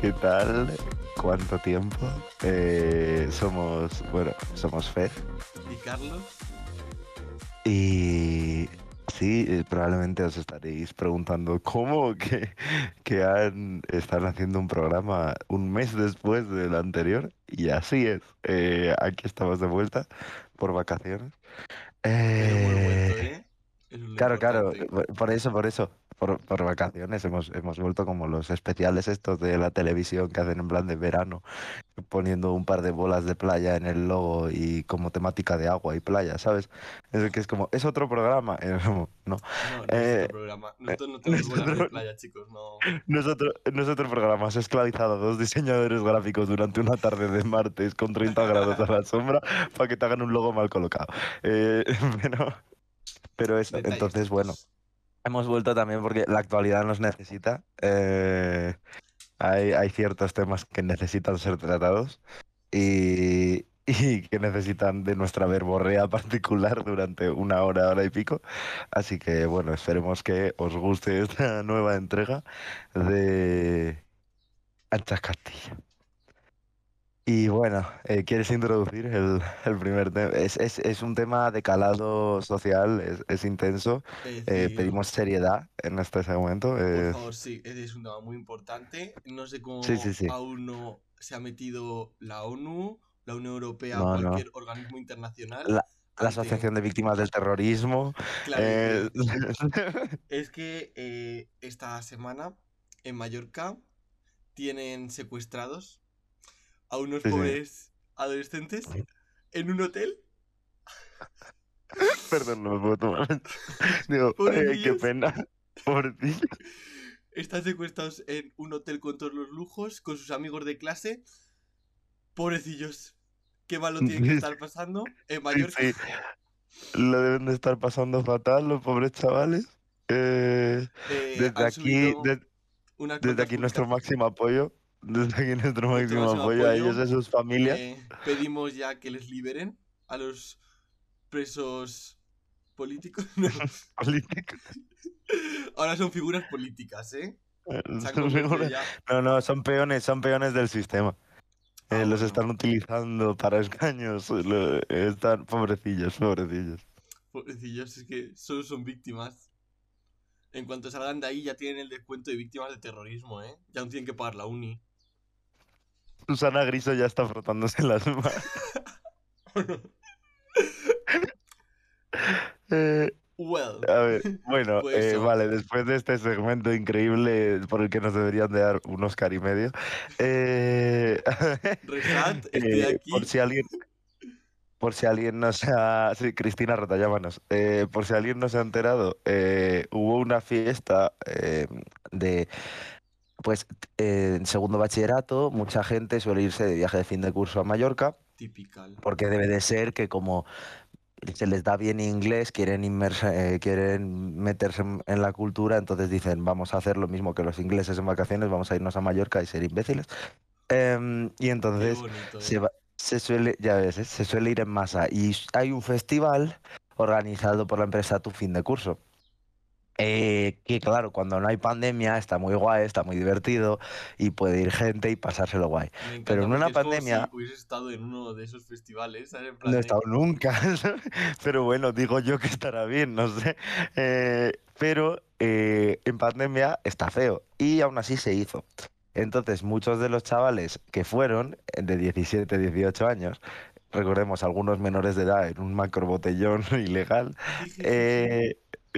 ¿Qué tal? ¿Cuánto tiempo? Somos Fer ¿Y Carlos? y sí, probablemente os estaréis preguntando cómo están haciendo un programa un mes después del anterior y así es. Aquí estamos de vuelta por vacaciones. Pero hemos vuelto, Eh, ¿eh? Eso es lo Claro, importante. por vacaciones hemos vuelto como los especiales estos de la televisión que hacen en plan de verano, poniendo un par de bolas de playa en el logo y como temática de agua y playa, ¿sabes? Es que es como, es otro programa. No. No, no es otro Eh, programa. Nosotros no tenemos bolas de nosotros, playa, chicos, no. nosotros programa has esclavizado a dos diseñadores gráficos durante una tarde de martes con 30 grados a la sombra para que te hagan un logo mal colocado. Eh, pero, pero eso, Detalles, entonces, bueno. chicos. Hemos vuelto también porque la actualidad nos necesita. Hay ciertos temas que necesitan ser tratados y que necesitan de nuestra verborrea particular durante una hora, hora y pico. Así que bueno, esperemos que os guste esta nueva entrega de Anchas Castilla. Y bueno, ¿quieres introducir el primer tema? Es un tema de calado social, es intenso. Es decir, Pedimos seriedad en este segmento. por favor, sí, es un tema muy importante. No sé Sí, sí, cómo sí. aún no se ha metido la ONU, la Unión Europea o No, no. cualquier organismo internacional La, la ante... Asociación de Víctimas del Terrorismo. Claro, es eh, que, esta semana en Mallorca tienen secuestrados a unos Sí, sí. pobres adolescentes en un hotel. Perdón, no me puedo tomar. Digo, qué Pobrecillos. pena. Pobrecillo. Están secuestrados en un hotel con todos los lujos, con sus amigos de clase. Pobrecillos. Qué malo tienen que Sí, estar pasando en sí, Mallorca. sí. Lo deben de estar pasando fatal los pobres chavales. Eh, desde Han aquí, subido unas desde cuantas aquí nuestro publicaciones. máximo apoyo. Desde aquí nuestro Nuestro máximo máximo apoyo a ellos apoyo. y a sus familias. Pedimos ya que les liberen a los presos políticos. No. Políticos. Ahora son figuras políticas, ¿eh? Se han Son convertido figuras- ya. No, no, son peones del sistema. Ah, Los bueno. están utilizando para escaños. Están pobrecillos, pobrecillos. Pobrecillos, es que solo son víctimas. En cuanto salgan de ahí ya tienen el descuento de víctimas de terrorismo, ¿eh? Ya no tienen que pagar la uni. Susana Griso ya está frotándose las manos. Eh, Well, a ver, bueno, pues eso. vale, después de este segmento increíble por el que nos deberían de dar un Oscar y medio, eh, Resat, estoy por aquí. si alguien, por si alguien no se ha, sí, Cristina Rota, llámanos. Por si alguien no se ha enterado, hubo una fiesta de, pues, en segundo bachillerato, mucha gente suele irse de viaje de fin de curso a Mallorca, Typical. porque debe de ser que como se les da bien inglés, quieren meterse en la cultura, entonces dicen, vamos a hacer lo mismo que los ingleses en vacaciones, vamos a irnos a Mallorca y ser imbéciles. Y Qué entonces bonito, ¿eh? se suele, ya ves, se suele ir en masa. Y hay un festival organizado por la empresa Tu Fin de Curso. Que claro, cuando no hay pandemia está muy guay, está muy divertido y puede ir gente y pasárselo guay. Me Pero encanta en porque una es como si pandemia hubiese estado en uno de esos festivales, ¿sabes? En no plan he de... estado nunca, pero bueno, digo yo que estará bien, no sé. Pero en pandemia está feo y aún así se hizo. Entonces, muchos de los chavales que fueron de 17, 18 años, recordemos algunos menores de edad en un macro botellón ilegal, Jijijiji. eh,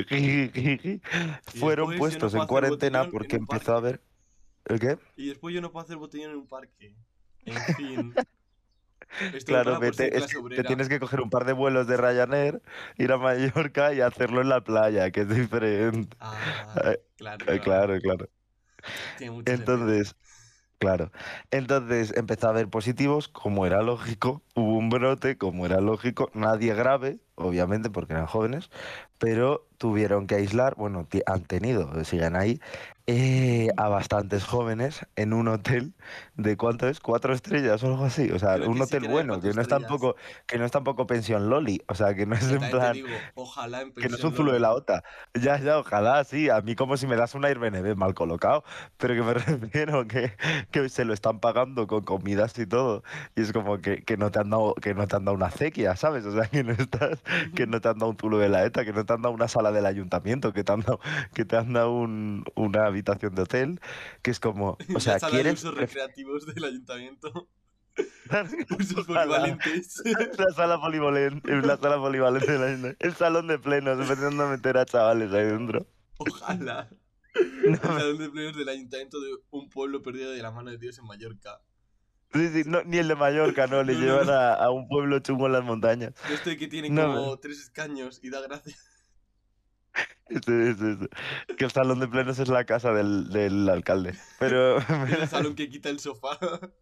Y fueron después yo no puestos puedo en hacer cuarentena botellón en porque un empezó a parque. haber... ¿El qué? Y después yo no puedo hacer botellón en un parque. En fin. Esto me Claro, pasa por ser vete, es clase que te obrera. tienes que coger un par de vuelos de Ryanair, ir a Mallorca y hacerlo en la playa, que es diferente. Ah, claro, claro. Claro, claro. Tiene mucho sentido. Entonces, claro. Entonces empezó a haber positivos, como era lógico, hubo un brote, como era lógico, nadie grave, obviamente, porque eran jóvenes, pero tuvieron que aislar, bueno, han tenido, siguen ahí, a bastantes jóvenes en un hotel de ¿cuánto es? 4 estrellas o algo así. O sea, Creo un que sí hotel que era de bueno, cuatro estrellas. que no es tampoco pensión Loli. O sea, que no es Que en también te plan, digo, ojalá en que no es un pensión zulo de la Loli. OTA. Ya, ya, ojalá, sí. A mí como si me das un Airbnb mal colocado, pero que me refiero que se lo están pagando con comidas y todo. Y es como que no te han dado, que no te han dado una acequia, ¿sabes? O sea, que no estás, que no te han dado un zulo de la ETA, que no te han dado una sala del ayuntamiento, que te han dado una habitación de hotel, que es como, o La sea, sala de ¿quieres? usos recreativos del ayuntamiento. Usos Ojalá. polivalentes. La sala polivalente de el salón de plenos, empezando a meter a chavales ahí dentro. Ojalá. No, El salón de plenos del ayuntamiento de un pueblo perdido de la mano de Dios en Mallorca. sí, sí, no, ni el de Mallorca, no, le No, no, llevan no. a un pueblo chungo en las montañas. De este que tiene No, como 3 escaños y da gracia. sí. Que el salón de plenos es la casa del alcalde. Pero, Es el salón que quita el sofá.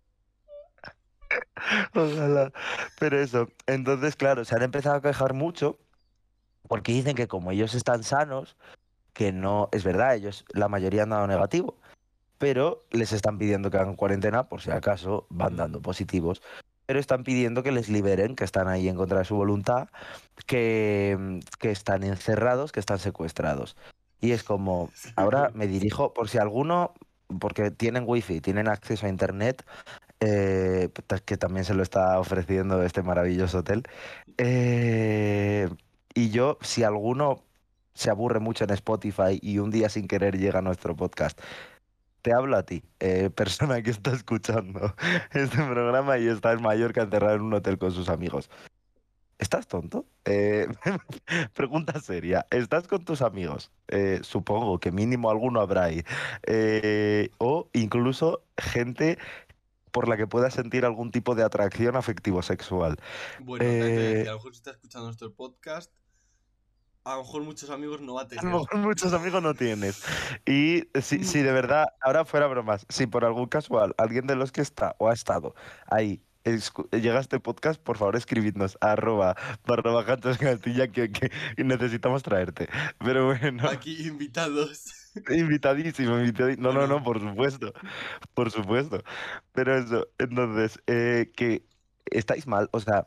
ojalá. Pero eso, entonces, claro, se han empezado a quejar mucho porque dicen que como ellos están sanos, que no, es verdad, ellos, la mayoría han dado negativo, pero les están pidiendo que hagan cuarentena por si acaso van dando positivos. Pero están pidiendo que les liberen, que están ahí en contra de su voluntad, que están encerrados, que están secuestrados. Y es como, ahora me dirijo, por si alguno, porque tienen wifi, tienen acceso a internet, que también se lo está ofreciendo este maravilloso hotel. eh, y yo, si alguno se aburre mucho en Spotify y un día sin querer llega a nuestro podcast, te hablo a ti, persona que está escuchando este programa y está en Mallorca encerrado en un hotel con sus amigos. ¿Estás tonto? Pregunta seria. ¿Estás con tus amigos? Supongo que mínimo alguno habrá ahí. O incluso gente por la que puedas sentir algún tipo de atracción afectivo-sexual. Bueno, también te voy a decir, Eh, a lo mejor si estás escuchando nuestro podcast, a lo mejor muchos amigos no va a a lo tener. mejor muchos amigos no tienes. Y si Mm. de verdad, ahora fuera bromas, si por algún casual alguien de los que está o ha estado ahí llega a este podcast, por favor escribidnos a @barrabajantes Castilla que necesitamos traerte. Pero bueno, Aquí invitados. invitadísimo, invitadísimo. No, no, Bueno, por supuesto, por supuesto. Pero eso, entonces, que estáis mal, o sea.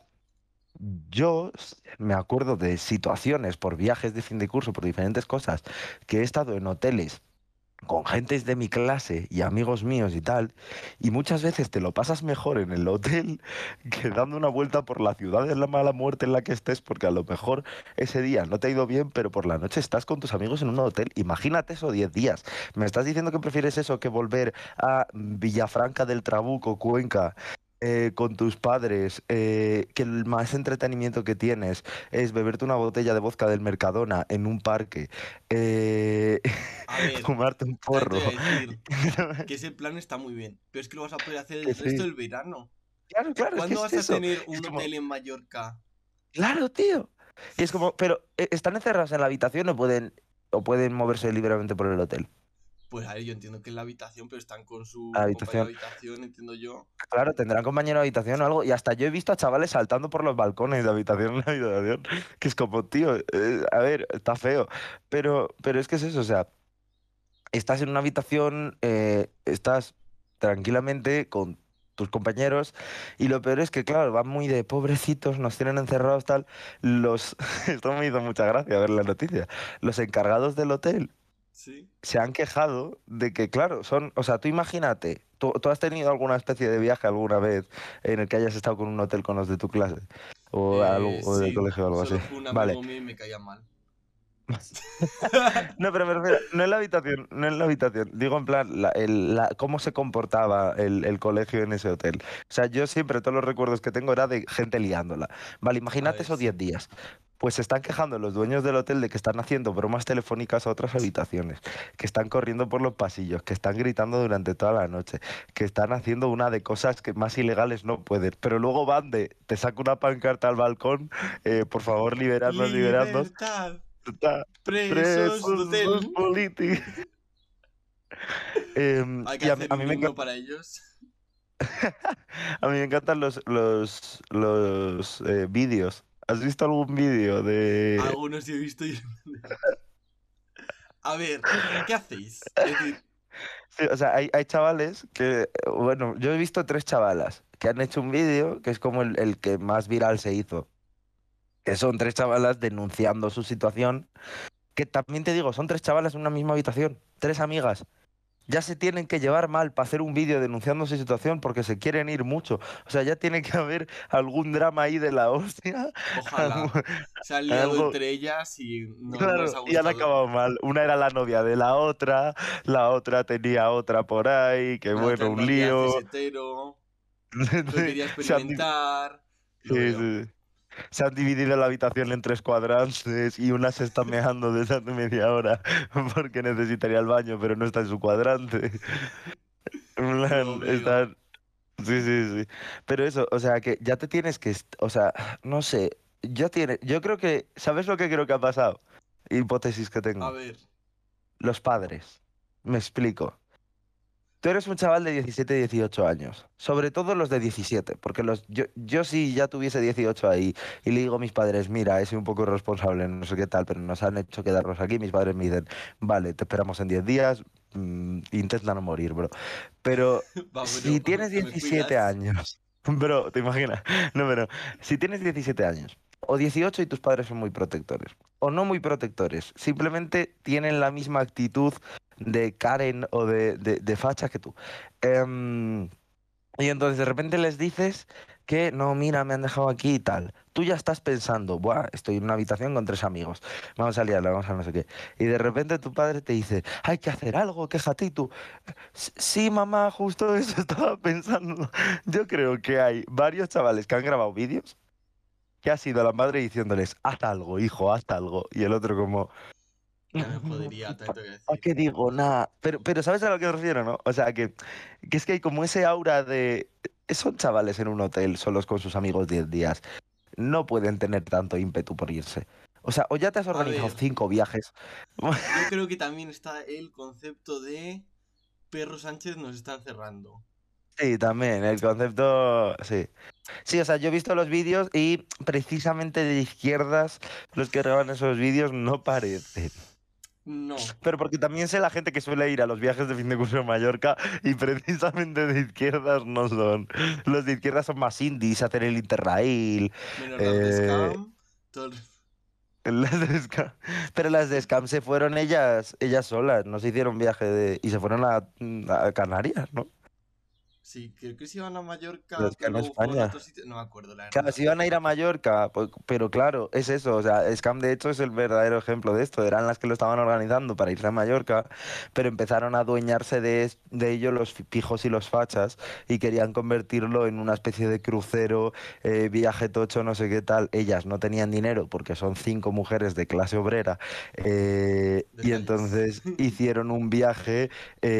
Me acuerdo de situaciones por viajes de fin de curso, por diferentes cosas, que he estado en hoteles con gentes de mi clase y amigos míos y tal, y muchas veces te lo pasas mejor en el hotel que dando una vuelta por la ciudad de la mala muerte en la que estés, porque a lo mejor ese día no te ha ido bien, pero por la noche estás con tus amigos en un hotel. Imagínate eso 10 días. ¿Me estás diciendo que prefieres eso que volver a Villafranca del Trabuco, Cuenca? Con tus padres, que el más entretenimiento que tienes es beberte una botella de vodka del Mercadona en un parque, eh, a ver, fumarte un también te voy porro. a decir que ese plan está muy bien, pero es que lo vas a poder hacer Que el resto sí. del verano. Claro, claro, es que ¿Cuándo es vas a eso. tener Es un como, hotel en Mallorca? claro, tío. Y es como, pero están encerrados en la habitación o pueden moverse libremente por el hotel. Pues a ver, yo entiendo que en la habitación, pero están con La su compañero habitación. de habitación, entiendo yo. Claro, tendrán compañero de habitación o algo. Y hasta yo he visto a chavales saltando por los balcones de habitación en habitación. Que es como, tío, a ver, está feo. Pero es que es eso, o sea, estás en una habitación, estás tranquilamente con tus compañeros y lo peor es que, claro, van muy de pobrecitos, nos tienen encerrados, tal. Esto me hizo mucha gracia ver la noticia. Los encargados del hotel Sí. se han quejado de que, claro, o sea, tú imagínate, tú has tenido alguna especie de viaje alguna vez en el que hayas estado con un hotel con los de tu clase o algo o del Sí, colegio o algo así. solo fue un Vale. amigo mío y me caía mal. No, pero me refiero, no en la habitación, no en la habitación. Digo en plan, cómo se comportaba el colegio en ese hotel. O sea, yo siempre, todos los recuerdos que tengo era de gente liándola. Vale, A imagínate ver, esos 10 sí. días. Pues se están quejando los dueños del hotel de que están haciendo bromas telefónicas a otras habitaciones, que están corriendo por los pasillos, que están gritando durante toda la noche, que están haciendo una de cosas que más ilegales no pueden. Pero luego van te saco una pancarta al balcón, por favor, liberadnos, liberadnos. Libertad, Está presos de presos los hotel. políticos. Hay que Y hacer a mí un me himno encanta, para ellos. a mí me encantan los vídeos ¿Has visto algún vídeo de...? Algunos sí he visto y... A ver, ¿qué hacéis? Es decir, Sí, o sea, hay chavales que, bueno, yo he visto tres chavalas que han hecho un vídeo que es como el que más viral se hizo, que son tres chavalas denunciando su situación, que también te digo, son tres chavalas en una misma habitación, tres amigas. Ya se tienen que llevar mal para hacer un vídeo denunciando su situación porque se quieren ir mucho. O sea, ya tiene que haber algún drama ahí de la hostia. Algo, ojalá. Se han liado algo- entre ellas y no les claro, ha y han gustado. acabado mal. Una era la novia de la otra tenía otra por ahí, que La otra bueno, en un realidad es lío. hetero, pero quería Se han, experimentar. Lo sí, veo. sí, sí. Se han dividido la habitación en tres cuadrantes y una se está meando desde hace media hora porque necesitaría el baño, pero no está en su cuadrante. En Lo plan, veo. están... Sí, sí, sí. Pero eso, o sea, que ya te tienes que... O sea, no sé. Yo creo que... ¿Sabes lo que creo que ha pasado? Hipótesis que A tengo. ver, Los padres. Me explico. Tú eres un chaval de 17, 18 años, sobre todo los de 17, porque yo si ya tuviese 18 ahí y le digo a mis padres, mira, he sido un poco irresponsable, no sé qué tal, pero nos han hecho quedarnos aquí, mis padres me dicen, vale, te esperamos en 10 días, intenta no morir, bro. Pero va, si pero tienes te me 17 cuidas. años, bro, ¿te imaginas? No, pero si tienes 17 años o 18 y tus padres son muy protectores, o no muy protectores, simplemente tienen la misma actitud de Karen o de facha que tú. Em, y entonces de repente les dices que no, mira, me han dejado aquí y tal. Tú ya estás pensando, buah, estoy en una habitación con tres amigos, vamos a liarla, vamos a no sé qué. Y de repente tu padre te dice, hay que hacer algo, quéjate y tú. Sí, mamá, justo eso estaba pensando. Yo creo que hay varios chavales que han grabado vídeos que ha sido la madre diciéndoles, haz algo, hijo, haz algo. Y el otro como... Ya me jodería, también te voy a ¿Para decir. qué digo? Nada. Pero ¿sabes a lo que me refiero, no? O sea, que es que hay como ese aura de... Son chavales en un hotel solos con sus amigos 10 días. No pueden tener tanto ímpetu por irse. O sea, o ya te has A organizado ver, 5 viajes. yo creo que también está el concepto de Perro Sánchez nos está encerrando. Sí, también, el concepto... Sí. Sí, o sea, yo he visto los vídeos y precisamente de izquierdas los que graban esos vídeos no parecen. No. Pero porque también sé la gente que suele ir a los viajes de fin de curso en Mallorca y precisamente de izquierdas no son. Los de izquierdas son más indies, hacen el Interrail. Menos las de eh, Scam. Todo las de Pero las de Scam se fueron ellas solas, no se hicieron viaje y se fueron a Canarias, ¿no? Sí, creo que se iban a Mallorca, Las pero Scam luego fueron a España. otro sitio. No me acuerdo, la Claro, verdad. si iban a ir a Mallorca, pero claro, es eso, o sea, Scam de hecho es el verdadero ejemplo de esto, eran las que lo estaban organizando para irse a Mallorca, pero empezaron a adueñarse de ello los pijos y los fachas y querían convertirlo en una especie de crucero, viaje tocho, no sé qué tal. Ellas no tenían dinero porque son 5 mujeres de clase obrera y Detalles. entonces hicieron un viaje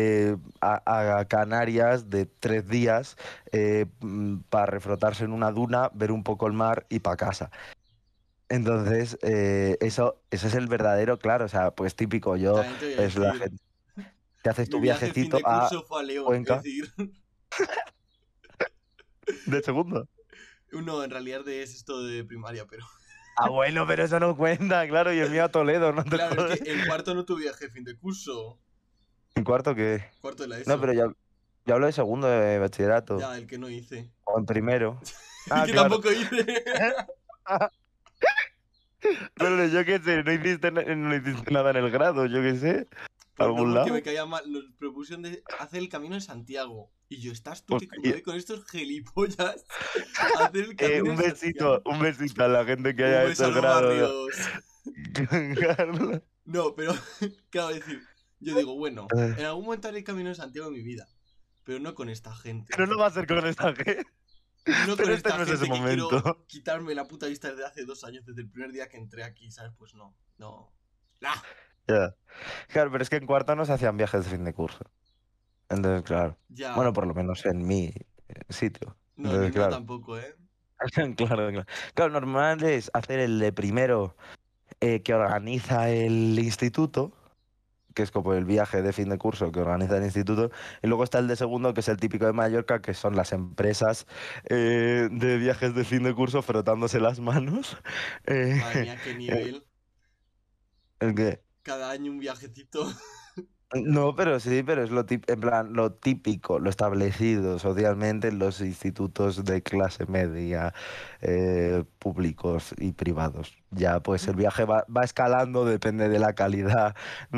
a Canarias de 3 días para refrotarse en una duna, ver un poco el mar y para casa. Entonces, eso es el verdadero, claro, o sea, pues típico, yo También te voy a es la decir. gente, te haces Mi tu viaje fin viajecito de a curso fue a León. Es Cuenca decir, de segundo. no, en realidad es esto de primaria, pero. Ah, bueno, pero eso no cuenta, claro, y el mío a Toledo, no te Claro, es jodes. que en cuarto no tuve viaje fin de curso. ¿En cuarto qué? Cuarto de la No, ESO. pero ya hablo de segundo de bachillerato, Ya, el que no hice. o en primero. El Ah, que claro. tampoco hice. Pero yo qué sé, no hiciste nada en el grado, yo qué sé, Pues no, algún porque me lado. caía mal. Nos propusieron de hacer el camino en Santiago. Y yo, ¿estás tú que Hostia, me voy con estos gilipollas a hacer el camino en Santiago? un besito a la gente que Un haya beso hecho a el los grado barrios. con Carlos. No, pero, claro, decir, yo digo, bueno, en algún momento haré el camino en Santiago en mi vida. Pero no con esta gente. Pero no va a ser con esta gente. No con Pero este esta no es ese gente que quiero momento. quitarme la puta vista desde hace 2 años, desde el primer día que entré aquí, ¿sabes? Pues no, no. ¡Ah! Ya. Claro, pero es que en cuarto no se hacían viajes de fin de curso. Entonces, claro. Ya. Bueno, por lo menos en mi sitio. No, en el Entonces, mío claro. tampoco, ¿eh? Claro, claro. Claro, normal es hacer el de primero que organiza el instituto, que es como el viaje de fin de curso que organiza el instituto, y luego está el de segundo, que es el típico de Mallorca, que son las empresas de viajes de fin de curso frotándose las manos. Madre Eh, mía, qué nivel. el que Cada año un viajecito. No, pero sí, pero es en plan, lo típico, lo establecido socialmente en los institutos de clase media, públicos y privados. Ya, pues el viaje va escalando, depende de la calidad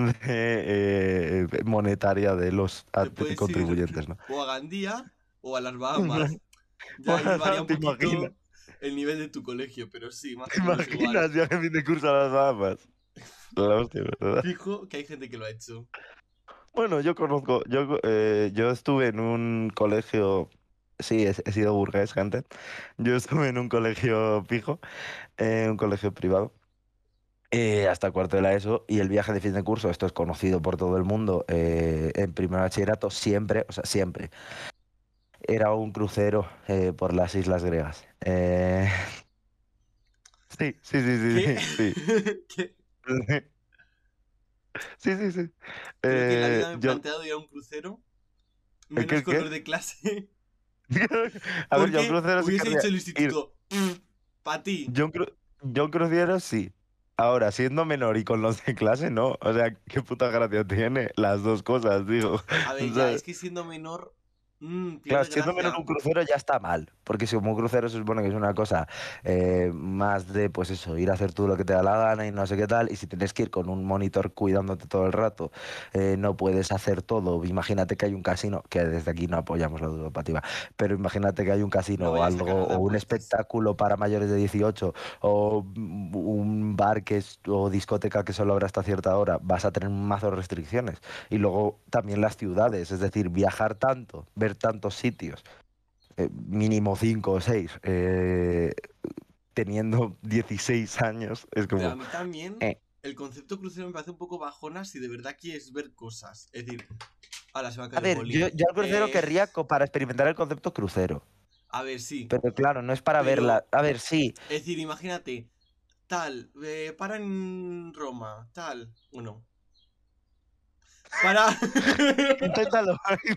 monetaria de los Te puedes ir contribuyentes, ¿no? o a Gandía o a las Bahamas. Ya ahí varía un ¿Te imaginas? poquito el nivel de tu colegio, pero sí, más ¿Te o menos igual. imaginas viaje fin de curso a las Bahamas? La hostia, ¿verdad? Fijo que hay gente que lo ha hecho. Bueno, yo conozco, yo estuve en un colegio, sí, he sido burgués, gente. Yo estuve en un colegio fijo, un colegio privado, hasta cuarto de la ESO, y el viaje de fin de curso, esto es conocido por todo el mundo, en primer bachillerato, siempre, o sea, siempre, era un crucero por las islas griegas. Sí, sí, sí, ¿Qué? sí, sí, ¿Qué? sí, sí, sí, sí. Creo que en la vida me he Yo, planteado ir a un crucero, ¿el qué, menos el con qué? los de clase, A ver, yo a un porque crucero sí hubiese querría dicho el ir. instituto, para ti. Yo crucero sí. Ahora, siendo menor y con los de clase, no. O sea, qué puta gracia tiene las dos cosas, digo. A ver, ya, ¿Sabes? es que siendo menor, Claro, pierde siendo menor gracia. un crucero ya está mal, porque si como un crucero se supone que es una cosa más de, pues eso, ir a hacer tú lo que te da la gana y no sé qué tal, y si tienes que ir con un monitor cuidándote todo el rato, no puedes hacer todo. Imagínate que hay un casino, que desde aquí no apoyamos la ludopatía, pero imagínate que hay un casino No o vayas a algo, cagarle o un apuestas. espectáculo para mayores de 18, o un bar o discoteca que solo habrá hasta cierta hora, vas a tener un mazo de restricciones. Y luego también las ciudades, es decir, viajar tanto, ver tantos sitios, mínimo 5 o 6, teniendo 16 años, es Pero a como... mí también eh. el concepto crucero me parece un poco bajona si de verdad quieres ver cosas. Es decir, ahora se me va a A caer el ver, boli. yo al crucero querría para experimentar el concepto crucero, A ver, sí. pero claro, no es para verla. Pero, A ver, sí, es decir, imagínate, tal, para en Roma, tal. Bueno, para. inténtalo.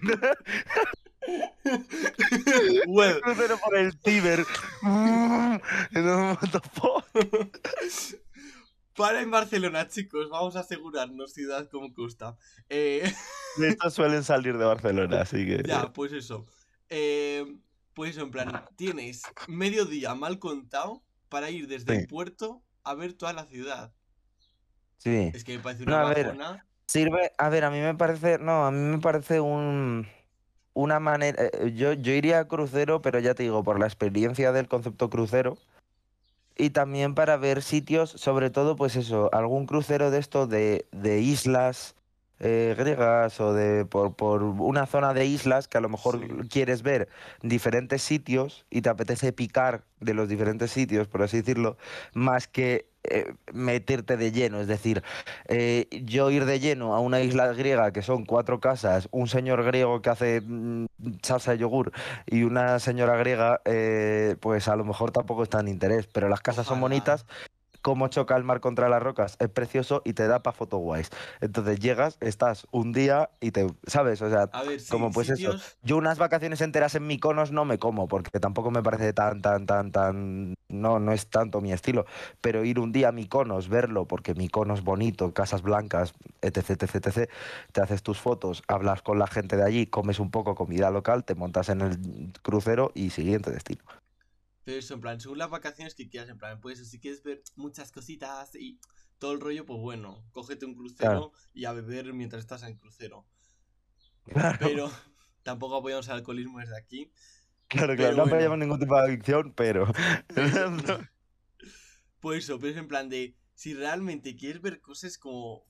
El Well. crucero por el Tíber. What the fuck? Para en Barcelona, chicos. Vamos a asegurarnos, ciudad como costa. Eh, De hecho, suelen salir de Barcelona, así que... ya, pues eso. Eh, pues eso, en plan, tienes medio día mal contado para ir desde el Sí, puerto a ver toda la ciudad. sí. Es que me parece No, una a ver, bajona. sirve... A ver, a mí me parece... No, a mí me parece una manera... yo iría a crucero, pero ya te digo, por la experiencia del concepto crucero. Y también para ver sitios, sobre todo, pues eso, algún crucero de esto de islas griegas o por una zona de islas que a lo Sí. mejor quieres ver diferentes sitios y te apetece picar de los diferentes sitios, por así decirlo, más que meterte de lleno. Es decir, yo ir de lleno a una isla griega que son 4 casas, un señor griego que hace salsa de yogur y una señora griega, pues a lo mejor tampoco está en interés, pero las casas son Ojalá. bonitas, cómo choca el mar contra las rocas, es precioso y te da para foto guays. Entonces llegas, estás un día y te, ¿sabes? O sea, A ver, sí, como pues eso. sitios. Yo unas vacaciones enteras en Mykonos no me como, porque tampoco me parece tan, no, no es tanto mi estilo, pero ir un día a Mykonos, verlo, porque Mykonos bonito, casas blancas, etc, etc, etc, te haces tus fotos, hablas con la gente de allí, comes un poco comida local, te montas en el crucero y siguiente destino. Pero eso, en plan, según las vacaciones que quieras, en plan, pues si quieres ver muchas cositas y todo el rollo, pues bueno, cógete un Claro, crucero y a beber mientras estás en crucero. claro. Pero tampoco apoyamos el alcoholismo desde aquí. Claro, claro, Pero no apoyamos bueno, ningún tipo de adicción, pero... pero. Pues eso, pero es en plan de. Si realmente quieres ver cosas como.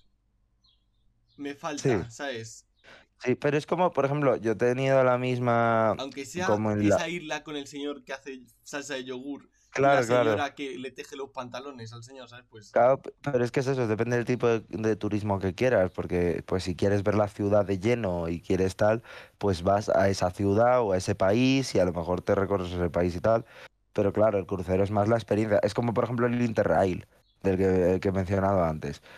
Me Sí, falta, ¿sabes? sí, pero es como, por ejemplo, yo he tenido la misma, Aunque sea como en la... esa isla con el señor que hace salsa de yogur y la Claro, claro, señora que le teje los pantalones al señor, ¿sabes? Pues. claro, pero es que es eso, depende del tipo de turismo que quieras, porque pues si quieres ver la ciudad de lleno y quieres tal, pues vas a esa ciudad o a ese país y a lo mejor te recorres ese país y tal, pero claro, el crucero es más la experiencia, es como por ejemplo el Interrail, del que he mencionado antes.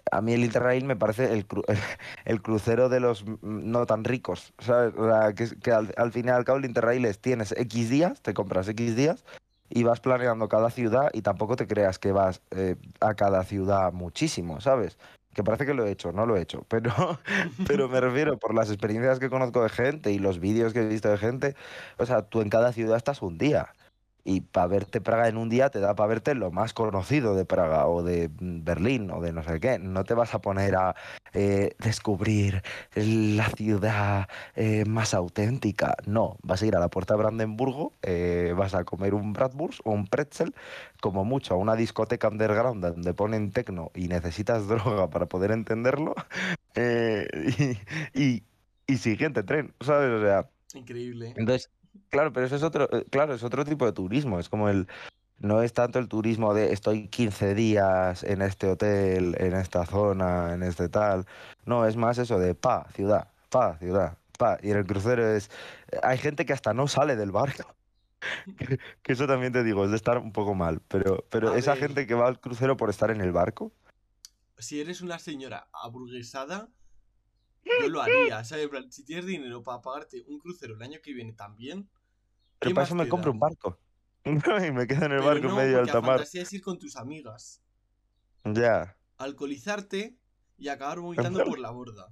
A mí el Interrail me parece el crucero de los no tan ricos, ¿sabes? O sea, que al fin y al cabo el Interrail es, tienes X días, te compras X días y vas planeando cada ciudad y tampoco te creas que vas a cada ciudad muchísimo, ¿sabes? Que parece que lo he hecho, no lo he hecho, pero, pero me refiero por las experiencias que conozco de gente y los vídeos que he visto de gente, o sea, tú en cada ciudad estás un día. Y para verte Praga en un día te da para verte lo más conocido de Praga o de Berlín o de no sé qué. No te vas a poner a descubrir la ciudad más auténtica. No, vas a ir a la Puerta de Brandenburgo, vas a comer un bratwurst o un pretzel, como mucho a una discoteca underground donde ponen tecno y necesitas droga para poder entenderlo. eh, y, y, y siguiente tren, ¿sabes? O sea, Increíble. entonces, claro, pero eso es otro, claro, es otro tipo de turismo. Es como no es tanto el turismo de estoy 15 días en este hotel, en esta zona, en este tal. No, es más eso de pa, ciudad, pa. Y en el crucero es, hay gente que hasta no sale del barco. Que eso también te digo, es de estar un poco mal. Pero A esa ver, gente que va al crucero por estar en el barco, si eres una señora aburguesada, yo lo haría, ¿sabes? En plan, si tienes dinero para pagarte un crucero el año que viene también, pero ¿qué para eso más me te compro da? un barco. Y me quedo en el Pero barco en no, medio de porque la alta mar. fantasía es ir con tus amigas, Ya. alcoholizarte y acabar vomitando por la borda.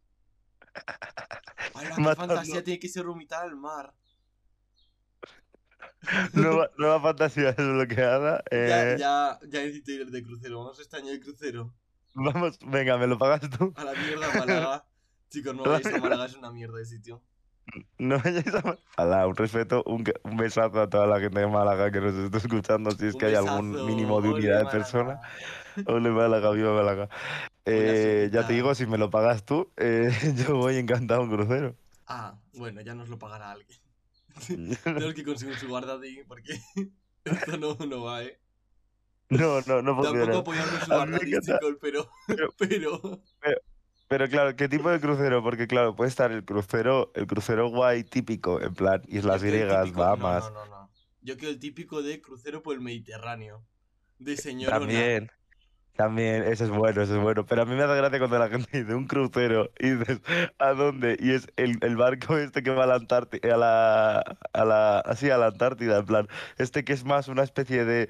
¡Hala, qué Matando. fantasía tiene que ser vomitar al mar! Nueva fantasía desbloqueada. Ya necesito ir de crucero. Vamos este año de crucero. Vamos, venga, ¿me lo pagas tú? A la mierda, Málaga. Chicos, no vayáis a Málaga, es una mierda de sitio. No vayáis a Alá, un respeto, un besazo a toda la gente de Málaga que nos está escuchando, si es Un que hay algún besazo. mínimo de Ole, unidad de persona. Málaga. Ole Málaga, viva Málaga. Buena Ya te ciudadita. digo, si me lo pagas tú, yo voy encantado a un crucero. Ah, bueno, ya nos lo pagará alguien. Tenemos que conseguir un sugar daddy porque esto no va, ¿eh? No, no, no Tampoco funciona. apoyamos los A mí sugar me daddies, encanta. chicos, pero... Pero, Pero... pero, pero claro, ¿qué tipo de crucero? Porque claro, puede estar el crucero guay típico, en plan Yo Islas quiero el Griegas, típico... No, no, Bahamas. no, no. Yo quiero el típico de crucero por el Mediterráneo. De señorona. También. También, eso es bueno. Pero a mí me hace gracia cuando la gente dice un crucero y dices, ¿a dónde? Y es el barco este que va a la Antártida, así a la Antártida, en plan, este que es más una especie de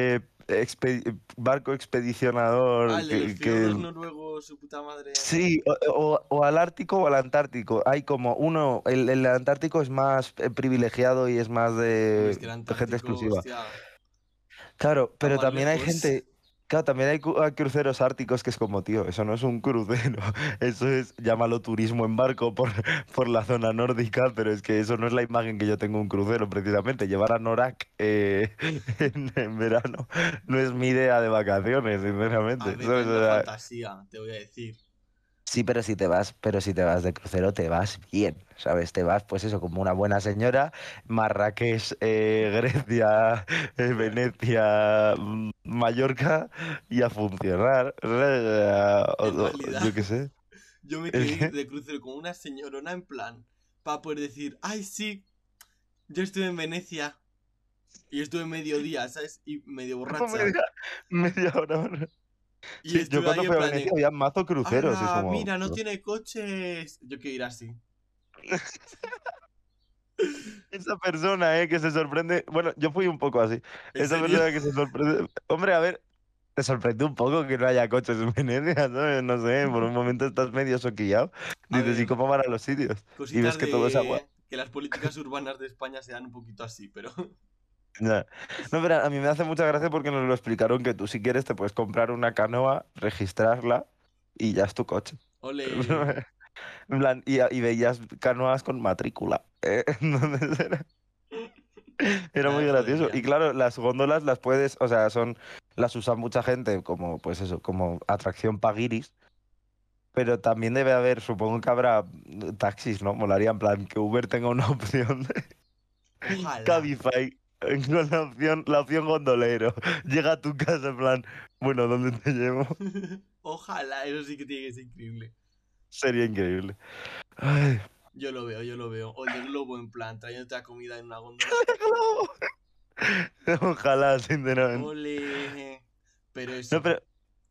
barco Ah, expedicionador el de los que fiordos noruegos, su puta madre. sí, o al Ártico o al Antártico. Hay como uno, el Antártico es más privilegiado y es más Hombre, es que el de gente Antártico, exclusiva. hostia, Claro, está pero más también hay lejos. gente, claro, también hay cruceros árticos que es como, tío, eso no es un crucero, eso es, llámalo turismo en barco por la zona nórdica, pero es que eso no es la imagen que yo tengo de un crucero, precisamente. Llevar a Norak en verano no es mi idea de vacaciones, A sinceramente, ver, la ¿sabes? O misma sea, fantasía, te voy a decir. sí, pero si te vas de crucero, te vas bien, ¿sabes? Te vas, pues eso, como una buena señora, Marrakech, Grecia, Venecia, Mallorca, y a funcionar. En Yo realidad, qué sé. yo me Es quiero ir que... de crucero con una señorona en plan, para poder decir, ay, sí, yo estuve en Venecia y estuve medio día, ¿sabes? Y medio como borracha. media hora. Y Sí, yo estuve ahí cuando en fui a plan Venecia de, había mazo cruceros, y es ¡hala! como... Mira, no tiene coches. Yo quiero ir así. Esa persona, que se sorprende... Bueno, yo fui un poco así. ¿En Esa serio? persona que se sorprende... Hombre, a ver, te sorprende un poco que no haya coches en Venecia, ¿sabes? No sé, por un momento estás medio soquillado. A Dices, ¿y ver, cómo van a los sitios? Y ves cositas que todo es agua. de que las políticas urbanas de España sean un poquito así, pero... Ya. No, pero a mí me hace mucha gracia porque nos lo explicaron que tú si quieres te puedes comprar una canoa, registrarla y ya es tu coche. Ole. En plan, y veías canoas con matrícula. Entonces era Ya muy me gracioso. Y jodería. claro, las góndolas las puedes, o sea, las usa mucha gente como, pues eso, como atracción pa' guiris. Pero también debe haber, supongo que habrá taxis, ¿no? Molaría en plan que Uber tenga una opción de Ojalá. Cabify con la opción gondolero. Llega a tu casa en plan, bueno, ¿dónde te llevo? Ojalá, eso sí que tiene que ser increíble. Sería increíble. Ay, Yo lo veo, yo lo veo. O el de globo en plan, trayéndote la comida en una góndola. ojalá, sinceramente. Ole. Pero No, eso. pero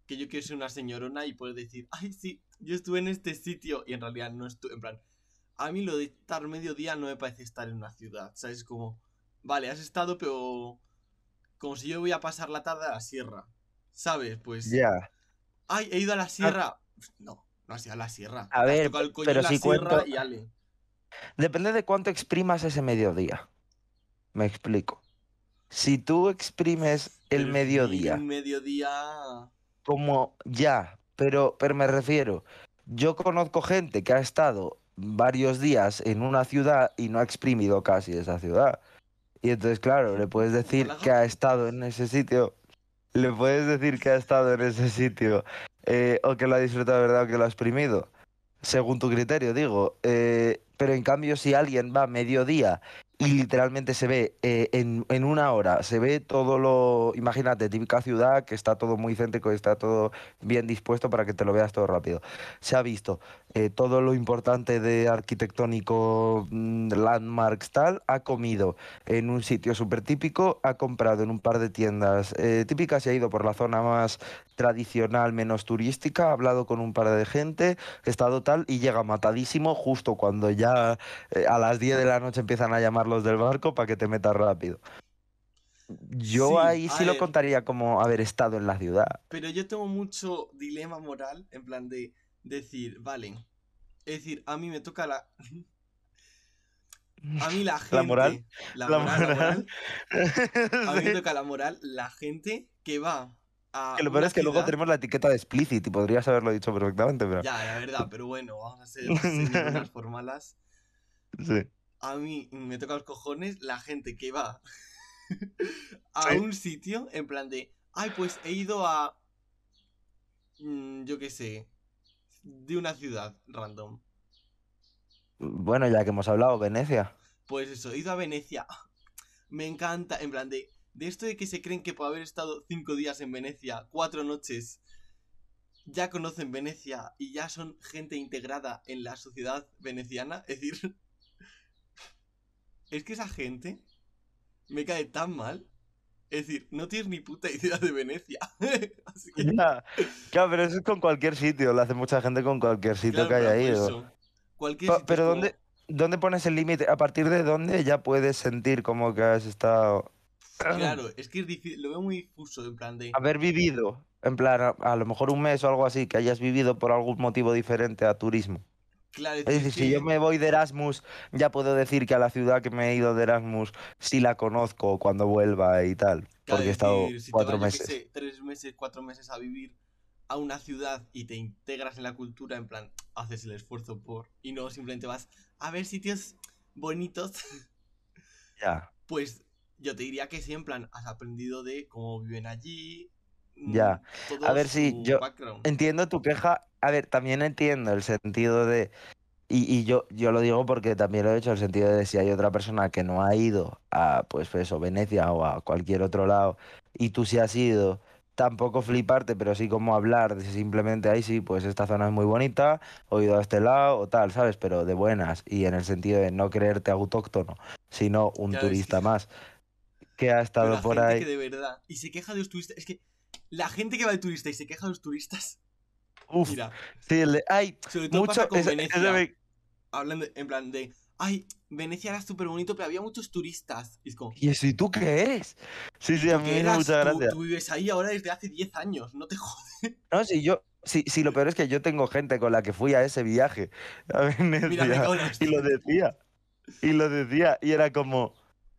que yo quiero ser una señorona y poder decir, ay, sí, yo estuve en este sitio y en realidad no estuve, en plan, a mí lo de estar mediodía no me parece estar en una ciudad, ¿sabes? Como, vale, has estado, pero como si yo voy a pasar la tarde a la sierra, ¿sabes? Pues, Ya. ay, he ido a la A, sierra. No, no has ido a la sierra. a Te has ver, tocado el coño pero en la si sierra cuento. y ale. Depende de cuánto exprimas ese mediodía. Me explico. Si tú exprimes el Pero es que mediodía un mediodía. como ya, pero me refiero, yo conozco gente que ha estado varios días en una ciudad y no ha exprimido casi esa ciudad. Y entonces, claro, le puedes decir que Málaga. ha estado en ese sitio, le puedes decir que ha estado en ese sitio, o que lo ha disfrutado de verdad o que lo ha exprimido, según tu criterio, digo. Pero en cambio, si alguien va a mediodía y literalmente se ve en una hora, se ve todo lo, imagínate, típica ciudad que está todo muy céntrico y está todo bien dispuesto para que te lo veas todo rápido. Se ha visto todo lo importante de arquitectónico, landmarks, tal, ha comido en un sitio súper típico, ha comprado en un par de tiendas típicas y ha ido por la zona más tradicional, menos turística, ha hablado con un par de gente, ha estado tal y llega matadísimo justo cuando ya a las 10 de la noche empiezan a llamar los del barco para que te metas rápido. Yo Sí, ahí a sí lo ver. contaría como haber estado en la ciudad. Pero yo tengo mucho dilema moral. En plan de decir, vale. Es decir, a mí me toca la. A mí la La moral, gente. La la moral, la moral. moral. A mí me Sí. toca la moral. La gente que va a Que lo peor una es que luego ciudad. tenemos la etiqueta de explicit y podrías haberlo dicho perfectamente, pero... Ya, la verdad, pero bueno, vamos a ser señoronas formales. Sí. A mí me toca los cojones la gente que va a Sí. un sitio en plan de, ay, pues he ido a, yo qué sé, de una ciudad random. Bueno, ya que hemos hablado, Venecia. Pues eso, he ido a Venecia. Me encanta, en plan de esto de que se creen que por haber estado 5 días en Venecia, 4 noches, ya conocen Venecia y ya son gente integrada en la sociedad veneciana. Es decir, es que esa gente me cae tan mal. Es decir, no tienes ni puta idea de Venecia. Así que, Ya. Claro, pero eso es con cualquier sitio, lo hace mucha gente con cualquier sitio claro, que en plan, haya por ido. eso. Cualquier sitio es Pero como. ¿dónde pones el límite? ¿A partir de dónde ya puedes sentir como que has estado... Claro, es que es difícil, lo veo muy difuso, en plan de. haber vivido, en plan, a lo mejor un mes o algo así, que hayas vivido por algún motivo diferente a turismo? Claro, es Es decir, es decir, si yo que. me voy de Erasmus, ya puedo decir que a la ciudad que me he ido de Erasmus sí la conozco cuando vuelva y tal, Claro, porque he es estado decir, si te cuatro vas, yo qué meses. sé, 3 meses, 4 meses a vivir a una ciudad y te integras en la cultura, en plan, haces el esfuerzo por. Y no simplemente vas a ver sitios bonitos. Ya, Pues yo te diría que sí, en plan, has aprendido de cómo viven allí, ya. A todo ver si su yo background. entiendo tu queja. A ver, también entiendo el sentido de... Y yo lo digo porque también lo he hecho, el sentido de si hay otra persona que no ha ido a, pues eso, Venecia o a cualquier otro lado, y tú sí has ido, tampoco fliparte, pero sí como hablar de simplemente ahí sí, pues esta zona es muy bonita, o he ido a este lado o tal, ¿sabes? Pero de buenas, y en el sentido de no creerte autóctono, sino un Claro, es que. turista más que ha Pero estado la por gente que ahí. de verdad. Y se queja de los turistas. Es que la gente que va de turista y se queja de los turistas. Uf, Mira, sí, hay sobre todo pasa mucho, con eso Venecia. Hablan en plan de. Ay, Venecia era súper bonito, pero había muchos turistas. Y es como. ¿Y eso y tú qué eres? Sí, ¿Y sí, a tú mí qué me hizo eras? mucha Tú, gracia. tú vives ahí ahora desde hace 10 años. No te jodas. No, sí, lo peor es que yo tengo gente con la que fui a ese viaje a Mira, me Venecia cago en la y hostia. lo decía, y era como,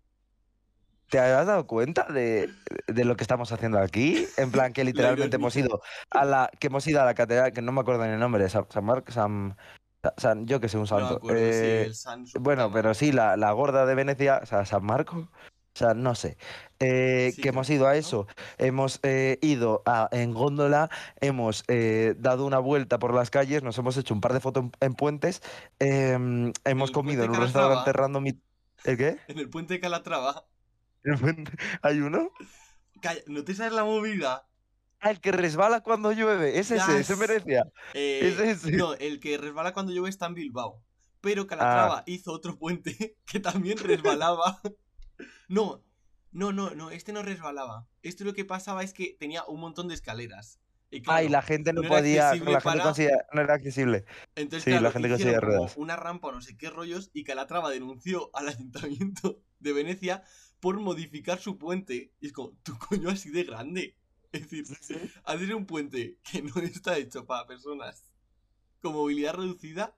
¿te has dado cuenta de lo que estamos haciendo aquí? En plan, que La literalmente ironía. que hemos ido a la catedral, que no me acuerdo ni el nombre, yo que sé, un No me santo. acuerdo, sí, el San, su puta Bueno, pero madre. sí, la gorda de Venecia, o sea, San Marco, o sea, no sé. Sí, Que creo hemos que ido a sí, ¿no? eso, hemos ido en góndola, hemos dado una vuelta por las calles, nos hemos hecho un par de fotos en puentes, En hemos el comido puente de en un restaurante Calatrava. random. ¿El qué? En el puente de Calatrava. ¿El puente? ¿Hay uno? Calla, ¿no te sabes la movida? Ah, el que resbala cuando llueve, es ese, ese Gas. merecía. Es ese. No, el que resbala cuando llueve está en Bilbao. Pero Ah, Calatrava hizo otro puente que también resbalaba. No, no, este no resbalaba. Esto lo que pasaba es que tenía un montón de escaleras. Y Ay, la claro, gente no no era podía, accesible la gente para. conseguía, no era accesible. Entonces, Sí, la claro, gente hicieron conseguía como ruedas. una rampa o no sé qué rollos y Calatrava denunció al ayuntamiento de Venecia por modificar su puente. Y es como, tu coño así de grande. Es decir, Sí, sí. hacer un puente que no está hecho para personas con movilidad reducida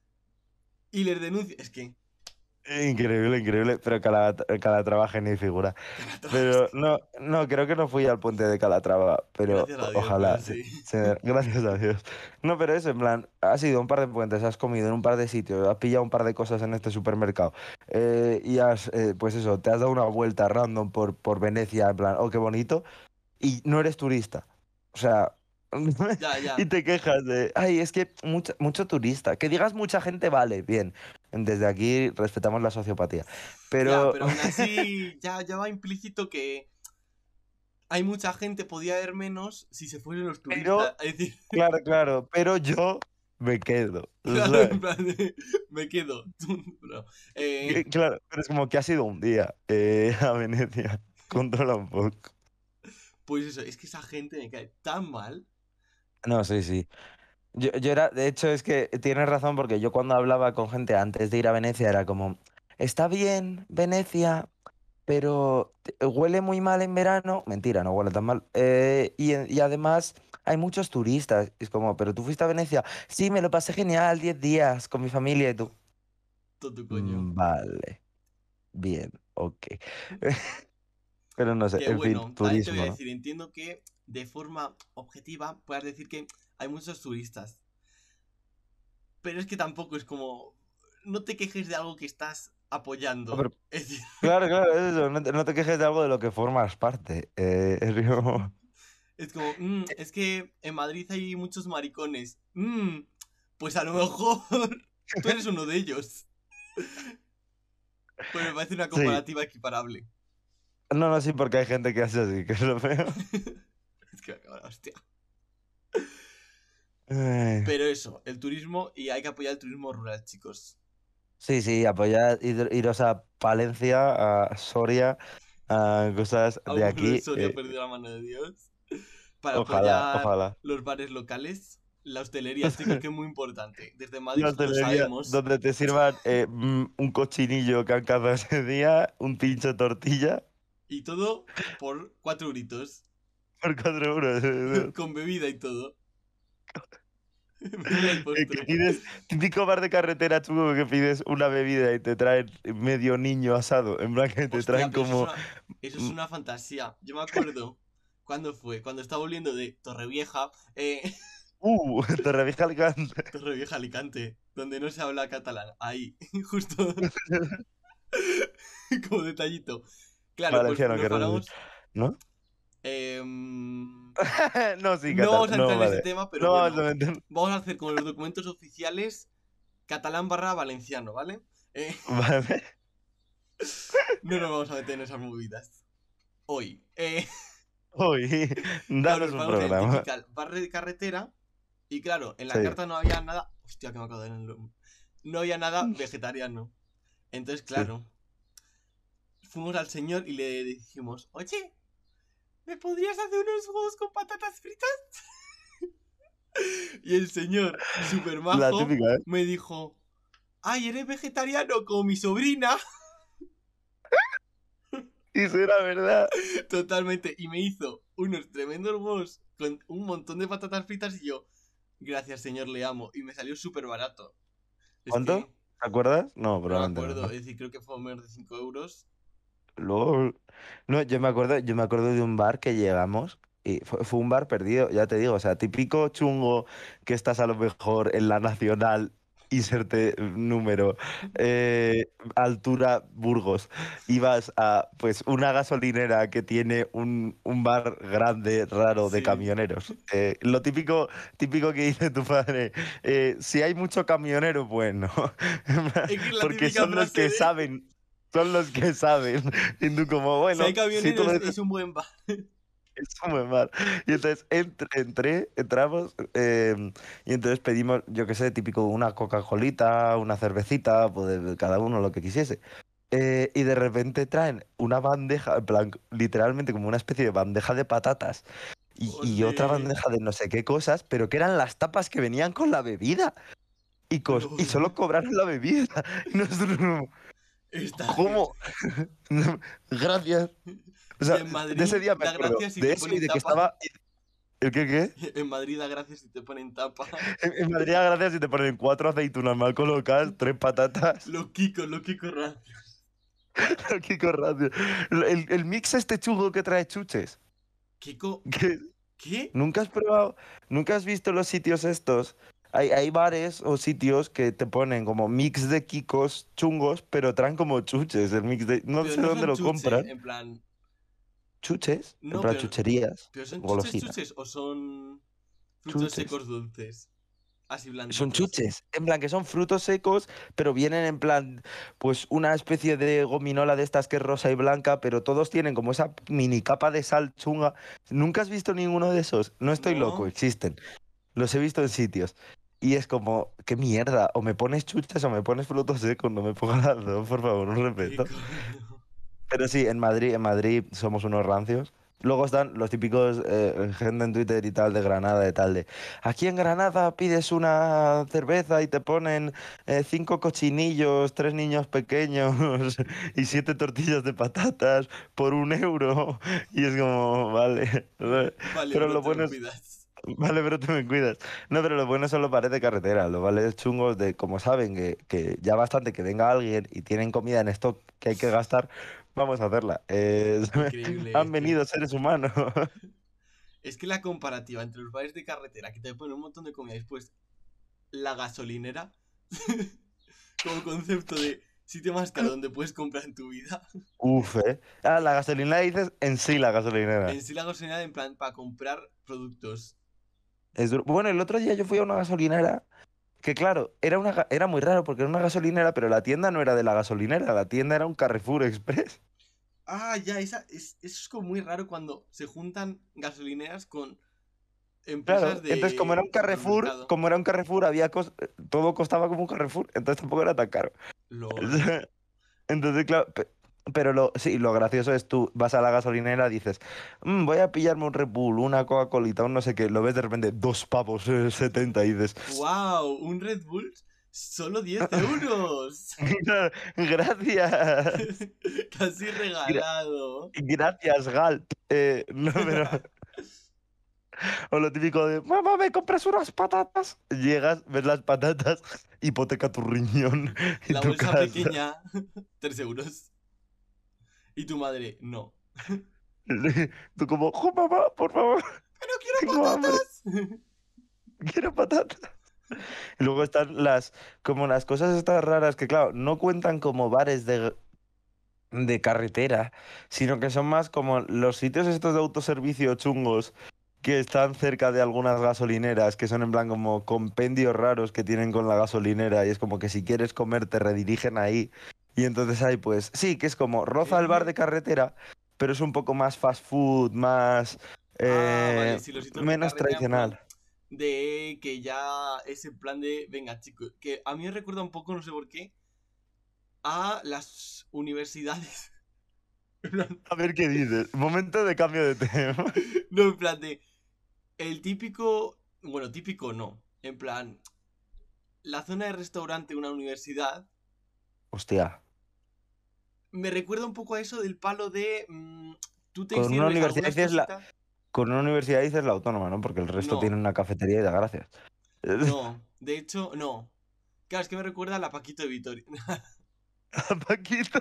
y les denuncia. Es que Increíble, increíble, pero Calatrava genio y figura. Calatrava es Pero que. no, creo que no fui al puente de Calatrava, pero Gracias a Dios, ojalá, pero sí. gracias a Dios. No, pero eso, en plan, has ido a un par de puentes, has comido en un par de sitios, has pillado un par de cosas en este supermercado y pues eso, te has dado una vuelta random por Venecia, en plan, oh, qué bonito, y no eres turista. O sea, Ya, y ya. te quejas de, ay, es que mucho turista. Que digas mucha gente, vale, bien. Desde aquí respetamos la sociopatía. Ya, Pero, pero aún así ya va implícito que hay mucha gente, podía haber menos si se fueran los turistas. pero, Es decir, claro, claro, pero yo me quedo. claro, en plan de, me quedo. Bro. Claro, pero es como que ha sido un día a Venecia. Controla un poco. Pues eso, es que esa gente me cae tan mal. No, sí, sí. Yo era, de hecho, es que tienes razón, porque yo cuando hablaba con gente antes de ir a Venecia era como, está bien, Venecia, pero huele muy mal en verano. Mentira, no huele tan mal. Y además hay muchos turistas. Es como, pero tú fuiste a Venecia. Sí, me lo pasé genial, 10 días con mi familia y tú. Todo tu coño. Vale, bien, ok. Pero no sé, Que en fin, bueno, también te voy a turismo, ¿no? decir, entiendo que de forma objetiva puedas decir que hay muchos turistas. Pero es que tampoco es como. No te quejes de algo que estás No, apoyando. pero, Es decir, claro, claro, es eso, no te quejes de algo de lo que formas parte. Es como- es como, es que en Madrid hay muchos maricones. Pues a lo mejor tú eres uno de ellos. Pues me parece una Sí, comparativa equiparable. no, no, sí, porque hay gente que hace así, que es lo peor. Es que, hostia. Ay. Pero eso, el turismo y hay que apoyar el turismo rural, chicos. Sí, sí, apoyar, iros a Palencia, a Soria, a cosas A de un pueblo de aquí. Soria perdido la mano de Dios. Para Ojalá, apoyar ojalá. los bares locales. La hostelería, chicos, que es muy importante. Desde Madrid Una lo hostelería sabemos. donde te sirvan un cochinillo que han cazado ese día, un pincho de tortilla Y todo por 4 euritos. por 4 euros. Con bebida y todo. Bebida y Que postre. pides, típico bar de carretera chungo que pides una bebida y te traen medio niño asado. En plan que te Hostia, traen pero como. eso es mm, una fantasía. Yo me acuerdo. ¿Cuándo fue? Cuando estaba volviendo de Torrevieja. Torrevieja Alicante. Torrevieja, Alicante. Donde no se habla catalán. Ahí. Justo. Como detallito. Claro, pues Valenciano, nos querrás decir. paramos. ¿No? em, No, sí, no vamos a no, entrar en ese vale. tema, pero No vamos a bueno. meter. Vamos a hacer con los documentos oficiales catalán barra valenciano, ¿vale? Eh, Vale. no nos vamos a meter en esas movidas. Hoy. Uy, Claro, danos nos un paramos en el programa. típico barrio de carretera. Y claro, en la Sí. carta no había nada. Hostia, que me acabo de dar en el lomo. No había nada vegetariano. Entonces, Sí. claro, fuimos al señor y le dijimos, oye, ¿me podrías hacer unos huevos con patatas fritas? Y el señor, súper La majo, típica, ¿eh? me dijo, ay, ¿eres vegetariano como mi sobrina? Y será verdad. Totalmente. Y me hizo unos tremendos huevos con un montón de patatas fritas y yo, gracias señor, le amo. Y me salió súper barato. Es ¿Cuánto? que ¿Te acuerdas? No, no me probablemente no, acuerdo, es ¿no? decir, creo que fue menos de 5 euros. Luego. No, yo me acuerdo de un bar que llegamos y fue un bar perdido, ya te digo, o sea, típico chungo que estás a lo mejor en la Nacional, inserte número, altura Burgos, y vas a pues una gasolinera que tiene un bar grande, raro de Sí. camioneros. Lo típico que dice tu padre, si hay mucho camionero, bueno, Es que es la porque típica son los frase que de, saben. Son los que saben. Y tú como, si hay bueno, si tú lo camioneros dices, es un buen bar. es muy mal. Y entonces entramos, y entonces pedimos, yo qué sé, típico una Coca-Colita, una cervecita, pues cada uno lo que quisiese. Y de repente traen una bandeja, en plan, literalmente como una especie de bandeja de patatas. y otra Ole. bandeja de no sé qué cosas, pero que eran las tapas que venían con la bebida. Y LOL. solo cobraron la bebida. Y nosotros, Está ¿cómo? Gracias. O Y sea, en de ese Madrid día me da acuerdo gracias si de te eso y ponen de que tapa. estaba... ¿El qué qué? En Madrid da gracias si te ponen tapa. En Madrid, gracias si te ponen 4 aceitunas mal colocadas, 3 patatas. Los Kiko rancio. Kiko Radio. El mix este chungo que trae chuches. Kiko, Que ¿qué? ¿Nunca has probado, nunca has visto los sitios estos? Hay bares o sitios que te ponen como mix de Kikos chungos, pero traen como chuches. El mix de... No Pero sé no dónde son lo chuche, compran. en plan. Chuches, en No, plan pero. chucherías, ¿Pero son chuches golosinas. chuches o son frutos Chuches. secos dulces? Así Son blanditos. chuches, en plan que son frutos secos, pero vienen en plan, pues una especie de gominola de estas que es rosa y blanca, pero todos tienen como esa mini capa de sal chunga. ¿Nunca has visto ninguno de esos? No estoy loco, No. existen. Los he visto en sitios. Y es como, qué mierda, o me pones chuches o me pones frutos secos, no me pongas las dos, por favor, un ¿Qué respeto. coño? Pero sí, en Madrid somos unos rancios. Luego están los típicos gente en Twitter y tal de Granada y tal de aquí en Granada pides una cerveza y te ponen 5 cochinillos, 3 niños pequeños y 7 tortillas de patatas por 1 euro. Y es como, vale. Vale, Pero bro, lo te me bueno es, cuidas. vale, pero te me cuidas. No, pero lo bueno son los bares de carretera, los bares chungos de, como saben que ya bastante que venga alguien y tienen comida en stock que hay que gastar, vamos a hacerla. Increíble, Han venido seres humanos. es que la comparativa entre los bares de carretera que te ponen un montón de comida y después la gasolinera como concepto de sitio más caro donde puedes comprar en tu vida. Uf, ¿eh? Ah, la gasolinera dices en sí la gasolinera. En sí la gasolinera en plan para comprar productos. Bueno, el otro día yo fui a una gasolinera que claro, era muy raro porque era una gasolinera, pero la tienda no era de la gasolinera, la tienda era un Carrefour Express. Ah, ya, eso es como muy raro cuando se juntan gasolineras con empresas Claro, entonces de supermercado. Como era un Carrefour, todo costaba como un Carrefour, entonces tampoco era tan caro. LOL. Entonces, claro, pero sí, lo gracioso es tú vas a la gasolinera, dices, voy a pillarme un Red Bull, una Coca-Colita, un no sé qué", lo ves de repente, 2 pavos, 70, y dices, ¡Wow! Un Red Bull, solo 10 euros. "Gracias, Casi gra- regalado. gracias, Galt". No, pero, o lo típico de, mamá, ¿me compras unas patatas? Llegas, ves las patatas, hipoteca tu riñón y La tu bolsa casa. pequeña, 3 euros. Y tu madre, no. Tú como, "Jo, mamá, por favor, ¡Pero quiero tengo hambre, patatas! quiero patatas". Y luego están como las cosas estas raras que, claro, no cuentan como bares de carretera, sino que son más como los sitios estos de autoservicio chungos que están cerca de algunas gasolineras, que son en plan como compendios raros que tienen con la gasolinera y es como que si quieres comer te redirigen ahí. Y entonces hay pues, sí, que es como roza el bar ¿Qué? de carretera, pero es un poco más fast food, más... Ah, vale, sí, los hitos de menos carretera en plan tradicional. de que ya es en plan de, venga, chicos, que a mí me recuerda un poco, no sé por qué, a las universidades. En plan, A ver qué dices. Momento de cambio de tema. no, en plan de, el típico, bueno, típico no, en plan, la zona de restaurante de una universidad Hostia. me recuerda un poco a eso del palo de, tú te Con una sirves universidad algunas dices cositas. con una universidad dices la autónoma, ¿no? Porque el resto tiene No, una cafetería y da gracias. no, de hecho, no. Claro, es que me recuerda a la Paquito de Vitoria. A Paquito.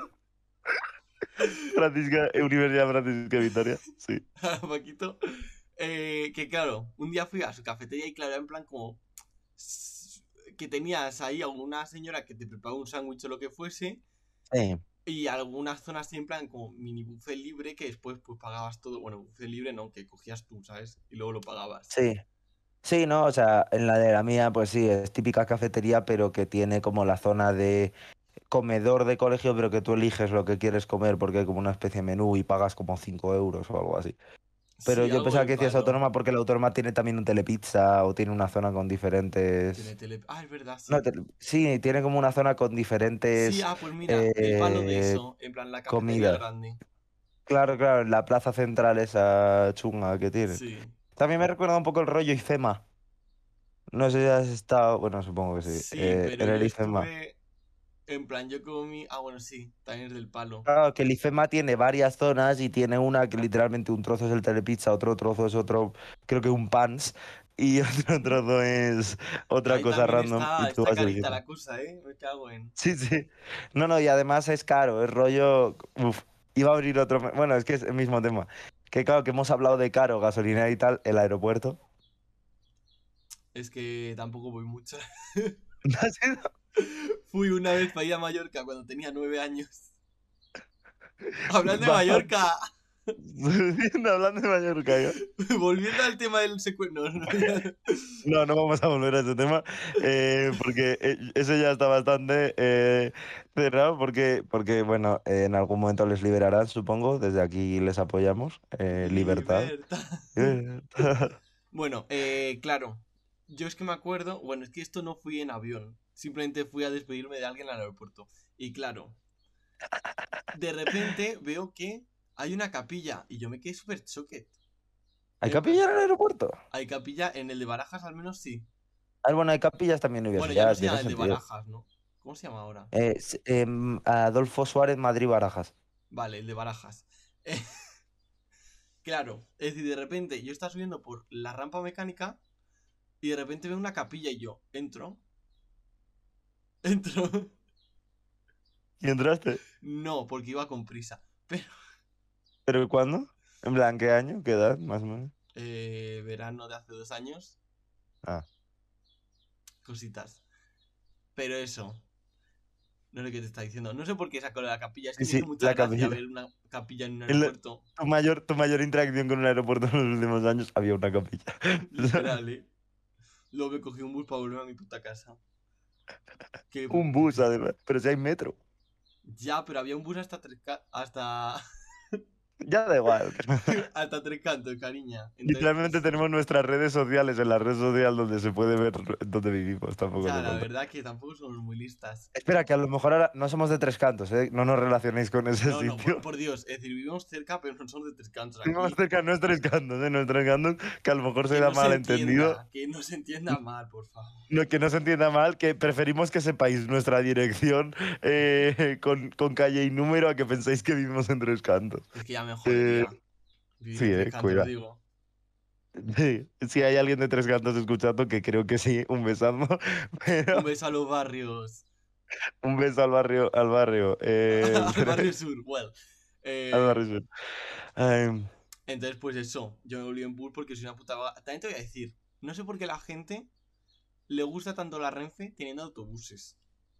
Universidad Francisca de Vitoria. Sí. A la Paquito. Que claro, un día fui a su cafetería y claro, era en plan como que tenías ahí a una señora que te preparaba un sándwich o lo que fuese Sí. y algunas zonas así en plan como mini buffet libre que después pues pagabas todo. Bueno, buffet libre no, que cogías tú, ¿sabes? Y luego lo pagabas. Sí. Sí, no, o sea, en la de la mía, pues sí, es típica cafetería, pero que tiene como la zona de comedor de colegio, pero que tú eliges lo que quieres comer porque hay como una especie de menú y pagas como 5 euros o algo así. Pero Sí, yo algo pensaba del que decías palo. autónoma porque la autónoma tiene también un telepizza o tiene una zona con Tiene diferentes... tele. Ah, es verdad, No, sí. sí, tiene como una zona con Sí, diferentes ah, pues mira, del palo de eh, eso, en plan la cafetería comidas. grande. Claro, claro, en la plaza central esa chunga que tienen. Sí. También me recuerda un poco el rollo IFEMA. No sé si has estado, bueno, supongo que sí, Sí, pero en yo el IFEMA. estuve. En plan, yo comí. Ah, bueno, sí, también es del palo. Claro, que el IFEMA tiene varias zonas y tiene una que literalmente un trozo es el telepizza, otro trozo es otro, creo que un pans, y otro trozo es otra Ahí cosa también random y está, tú está vas carita eligiendo. la cosa, ¿eh? Me cago en. Sí, sí. No, no, y además es caro, es rollo. Uf, iba a abrir otro. Bueno, es que es el mismo tema. Que claro, que hemos hablado de caro, gasolina y tal, el aeropuerto. Es que tampoco voy mucho. ¿No has ido? Fui una vez para ir a Mallorca cuando tenía 9 años. Hablando de Va, Mallorca. hablando de Mallorca, yo. Volviendo al tema del secuestro. No, no. No, no vamos a volver a ese tema, porque eso ya está bastante cerrado, porque bueno, en algún momento les liberarán, supongo. Desde aquí les apoyamos. Libertad. Libertad. Libertad. Bueno, claro. Yo es que me acuerdo. Bueno, es que esto no fui en avión. Simplemente fui a despedirme de alguien al aeropuerto. Y claro, de repente veo que hay una capilla. Y yo me quedé súper choquet. ¿Hay En plan, capilla en el aeropuerto? hay capilla en el de Barajas, al menos sí. Ah, bueno, hay capillas también en Bueno, ya no universidad, se tiene llama el de sentido. Barajas, ¿no? ¿Cómo se llama ahora? Adolfo Suárez, Madrid, Barajas. Vale, el de Barajas. Eh, claro, es decir, de repente yo estaba subiendo por la rampa mecánica y de repente veo una capilla y yo entro. Entro. ¿Y entraste? No, porque iba con prisa. Pero ¿Pero cuándo? ¿En plan qué año? ¿Qué edad, más o menos? verano de hace 2 años, Ah. cositas. Pero eso, no es lo que te está diciendo. No sé por qué sacó la capilla, es Sí, que me hizo sí, mucha la gracia capilla. ver una capilla en un En la- aeropuerto. tu mayor interacción con un aeropuerto en los últimos años había una capilla. Literal, ¿eh? Luego me cogí un bus para volver a mi puta casa. Que Un bus, además. Pero si hay metro. ya, pero había un bus hasta hasta Ya da igual. hasta Tres Cantos, cariña. Entonces, Literalmente pues tenemos nuestras redes sociales en la red social donde se puede ver dónde vivimos. Tampoco ya, hace la falta. verdad que tampoco somos muy listas. Espera, que a lo mejor ahora no somos de Tres Cantos, ¿eh? No nos relacionéis con ese No, no, sitio. por Dios, es decir, vivimos cerca, pero no somos de Tres Cantos. Vivimos Aquí cerca, no es Tres Cantos, ¿eh? No es Tres Cantos, que a lo mejor se da malentendido. que no se entienda mal, por favor. No, que no se entienda mal, que preferimos que sepáis nuestra dirección con calle y número a que penséis que vivimos en Tres Cantos. Es que ya me Eh, jodería vivir sí, en Tres Cantos, cuida. digo. Sí, si hay alguien de Tres Cantos escuchando, que creo que sí, un besazo. Un Pero beso a los barrios. un beso al barrio, al barrio. Al barrio sur, well. Al Eh, barrio sur. Ay, entonces, pues eso, yo me volví en bus porque soy una puta vaga. También te voy a decir, no sé por qué la gente le gusta tanto la Renfe teniendo autobuses.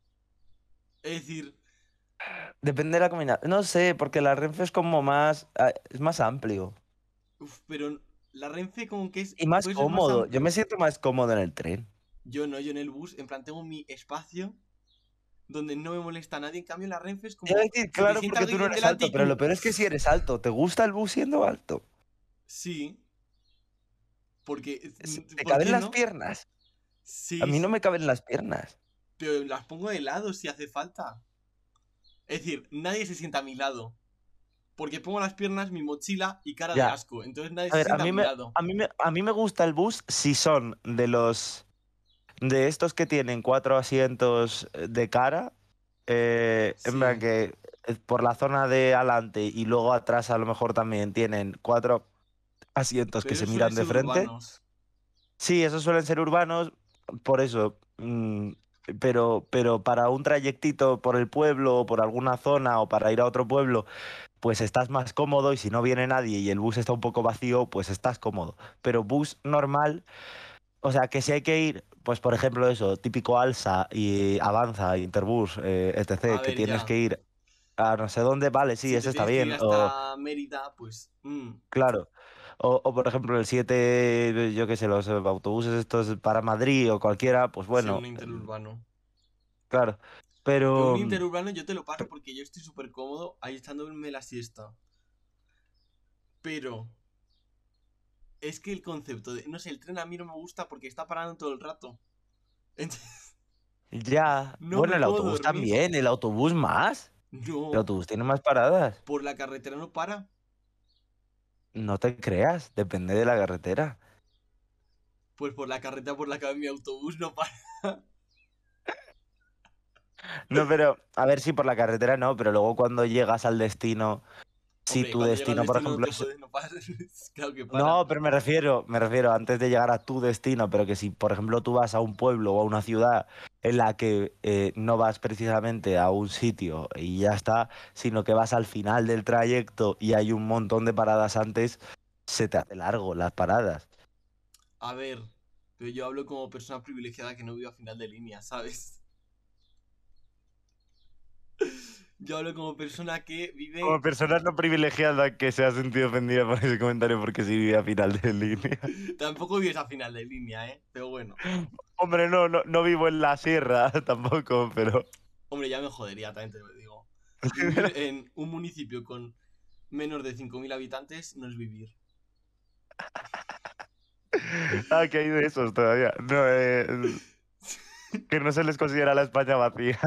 Es decir, depende de la combinación. No sé, porque la Renfe es como más, es más amplio. uf, pero la Renfe como que es, Y más puede ser más cómodo. Yo me amplio. siento más cómodo en el tren. Yo no, yo en el bus, en plan, tengo mi espacio donde no me molesta a nadie. En cambio, la Renfe es Te iba a como, decir, se te claro, sienta porque tú no alguien eres delante alto, y pero lo tú, peor es que si eres alto, ¿te gusta el bus siendo alto? sí, porque, ¿Te ¿por caben qué las no? piernas? A Sí, mí no me caben las piernas. pero las pongo de lado si hace falta. Es decir, nadie se sienta a mi lado. Porque pongo las piernas, mi mochila y cara de Ya. asco. Entonces nadie A se ver, a sienta a mí mi me, lado. a mí me gusta el bus si son de estos que tienen cuatro asientos de cara, en plan Sí, que por la zona de adelante y luego atrás a lo mejor también tienen cuatro asientos que pero se esos suelen miran de ser frente. urbanos. Sí, esos suelen ser urbanos, por eso. Pero para un trayectito por el pueblo o por alguna zona o para ir a otro pueblo, pues estás más cómodo y si no viene nadie y el bus está un poco vacío, pues estás cómodo. Pero bus normal, o sea, que si hay que ir, pues por ejemplo eso, típico Alsa y Avanza, Interbús, A etc., que ver, tienes ya. que ir a no sé dónde, vale, sí, Si ese te está tienes que ir bien. O, hasta Mérida, pues... claro. O, por ejemplo el 7 yo qué sé, los autobuses estos para Madrid o cualquiera, pues sí, un bueno, interurbano. claro. Pero un Pero interurbano yo te lo paso porque yo estoy súper cómodo ahí echándome la siesta. Pero es que el concepto de... No sé, el tren a mí no me gusta porque está parando todo el rato. Entonces, ya, no bueno, me el puedo autobús dormir. también, el autobús más. El No, autobús tiene más paradas. por la carretera no para. No te creas, depende de la carretera. Pues por la carretera por la que va mi autobús no para. No, pero a ver si por la carretera no, pero luego cuando llegas al destino, si Hombre, tu cuando llega al destino, por destino no ejemplo, te es... jodes, no para. Claro que para. No, pero me refiero antes de llegar a tu destino, pero que si, por ejemplo, tú vas a un pueblo o a una ciudad en la que no vas precisamente a un sitio y ya está, sino que vas al final del trayecto y hay un montón de paradas antes, se te hace largo las paradas. A ver, pero yo hablo como persona privilegiada que no vive a final de línea, ¿sabes? Yo hablo como persona que Como vive. persona no privilegiada que se ha sentido ofendida por ese comentario porque sí vive a final de línea. Tampoco vives a final de línea, ¿eh? Pero bueno. Hombre, no vivo en la sierra tampoco, pero... Hombre, ya me jodería, también te lo digo. Vivir en un municipio con menos de 5.000 habitantes no es vivir. Ah, que hay de esos todavía. No, que no se les considera la España vacía.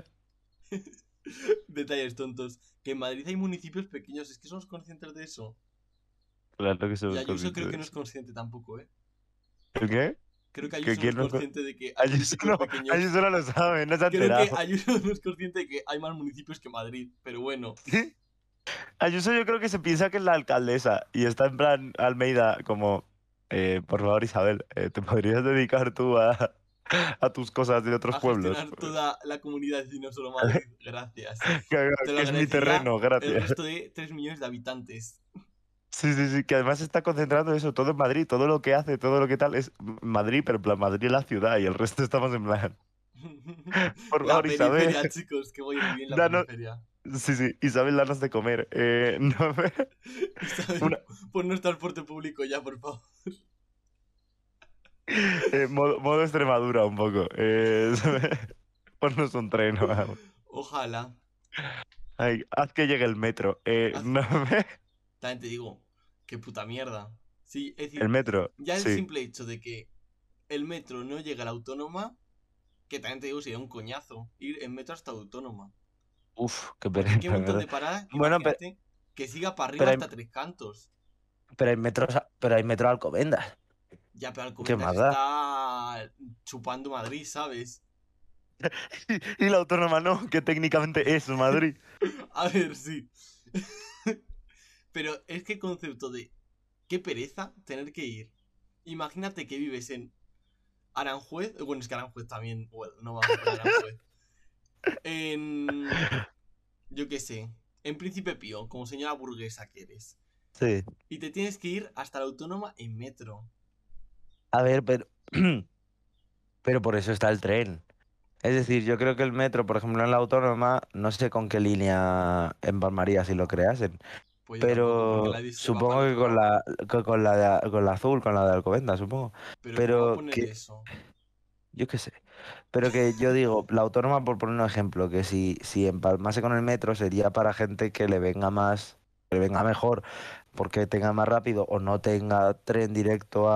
Detalles tontos. Que en Madrid hay municipios pequeños, es que somos conscientes de eso. Claro que Y somos Ayuso conscientes creo de que no es eso. consciente tampoco, ¿eh? ¿El qué? Creo que ¿Que Ayuso no es quién no? consciente de que hay Ayuso municipios no, pequeños. Ayuso no lo sabe, no se ha Creo que enterado. Ayuso no es consciente de que hay más municipios que Madrid, pero bueno. Ayuso yo creo que se piensa que es la alcaldesa y está en plan Almeida como, por favor Isabel, ¿te podrías dedicar tú a tus cosas de otros A pueblos? gestionar toda la comunidad y no solo Madrid. Gracias. Te lo Que es mi agradecería terreno, el gracias. resto de 3 millones de habitantes. Sí, sí, sí, que además está concentrando eso, todo en Madrid, todo lo que hace, todo lo que tal es Madrid, pero en plan Madrid es la ciudad y el resto estamos en plan, por La favor, Isabel, periferia, chicos, que voy muy bien la danos, periferia. sí, sí, Isabel, danos de comer. No, Isabel, una, ponnos transporte público ya, por favor. modo Extremadura un poco. Ponnos un tren o algo. Ojalá. Ay, haz que llegue el metro. Haz- No, También te digo, qué puta mierda. Sí, es el decir, metro, ya el sí. simple hecho de que el metro no llegue a la autónoma, que también te digo, sería un coñazo ir en metro hasta autónoma. Uf, qué Porque aquí hay pereza, un en montón verdad. de paradas, Bueno, imagínate, que siga para arriba pero, hay, hasta Tres Cantos. pero hay metro a Alcobendas. Ya, pero ¿Qué Alcobendas más da? está chupando Madrid, ¿sabes? Y la autónoma no, que técnicamente es Madrid. A ver, sí. Pero es que el concepto de qué pereza tener que ir. Imagínate que vives en Aranjuez. Bueno, es que Aranjuez también. Bueno, no vamos a poner Aranjuez. En. Yo qué sé. En Príncipe Pío, como señora burguesa que eres. Sí. Y te tienes que ir hasta la autónoma en metro. A ver, pero por eso está el tren. Es decir, yo creo que el metro, por ejemplo, en la autónoma, no sé con qué línea empalmaría si lo creasen, Pues yo tampoco, porque pero nadie se va para supongo el que otro con lado. la azul, con la de Alcobendas, supongo. Pero ¿cómo va a Pero poner que, eso? yo qué sé. Pero que yo digo, la autónoma, por poner un ejemplo, que si empalmase con el metro sería para gente que le venga más, que le venga mejor, porque tenga más rápido o no tenga tren directo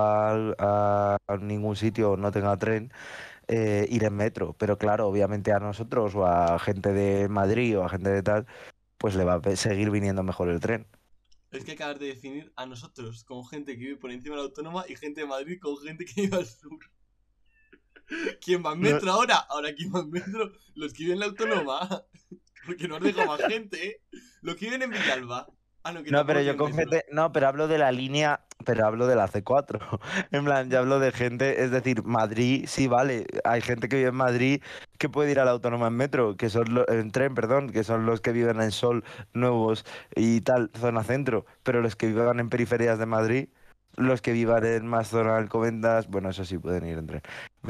a ningún sitio o no tenga tren, ir en metro. Pero claro, obviamente a nosotros o a gente de Madrid o a gente de tal, pues le va a seguir viniendo mejor el tren. Es que acabas de definir a nosotros como gente que vive por encima de la autónoma y gente de Madrid con gente que vive al sur. ¿Quién va en No, metro ahora? Ahora, ¿quién va en metro? Los que viven en la autónoma. Porque no has dejado más gente, ¿eh? Los que viven en Villalba. Ah, no, que no, pero tampoco yo tienen con metro. gente, no, pero hablo de la línea, pero hablo de la C4. En plan, ya hablo de gente, es decir, Madrid, sí, vale, hay gente que vive en Madrid que puede ir a la autónoma en metro, que son en tren, perdón, que son los que viven en Sol, Nuevos y tal, zona centro, pero los que vivan en periferias de Madrid, los que vivan en más zona Alcobendas, bueno, eso sí pueden ir en tren.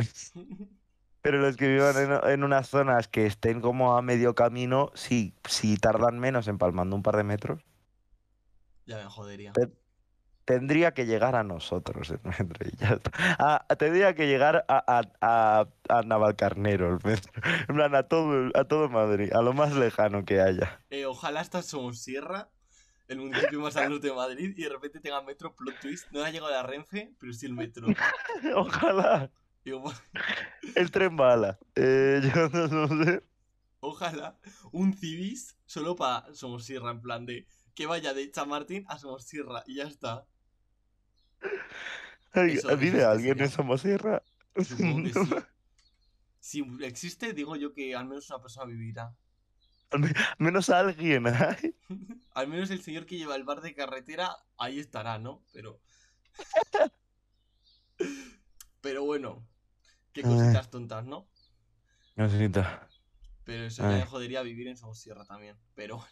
Pero los que vivan en unas zonas que estén como a medio camino, sí, si tardan menos empalmando un par de metros. Ya me jodería. te- Tendría que llegar a nosotros el metro y ya está. Tendría que llegar a Navalcarnero el metro. En plan, a todo Madrid, a lo más lejano que haya. Ojalá esta Somosierra, el municipio más al norte de Madrid, y de repente tenga metro, plot twist. No ha llegado la Renfe, pero sí el metro. Ojalá Digo, el tren bala. Yo no sé. ojalá un Cibis solo para Somosierra, en plan de que vaya de Chamartín a Somosierra y ya está. Eso ¿Vive sí que alguien en sería. Somosierra? Supongo que sí. Si existe, digo yo que al menos una persona vivirá. Menos alguien, ¿ay? Al menos el señor que lleva el bar de carretera, ahí estará, ¿no? Pero bueno, qué Ay, cositas tontas, ¿no? Diosito. Pero eso ya me Ay. jodería vivir en Somosierra también. Pero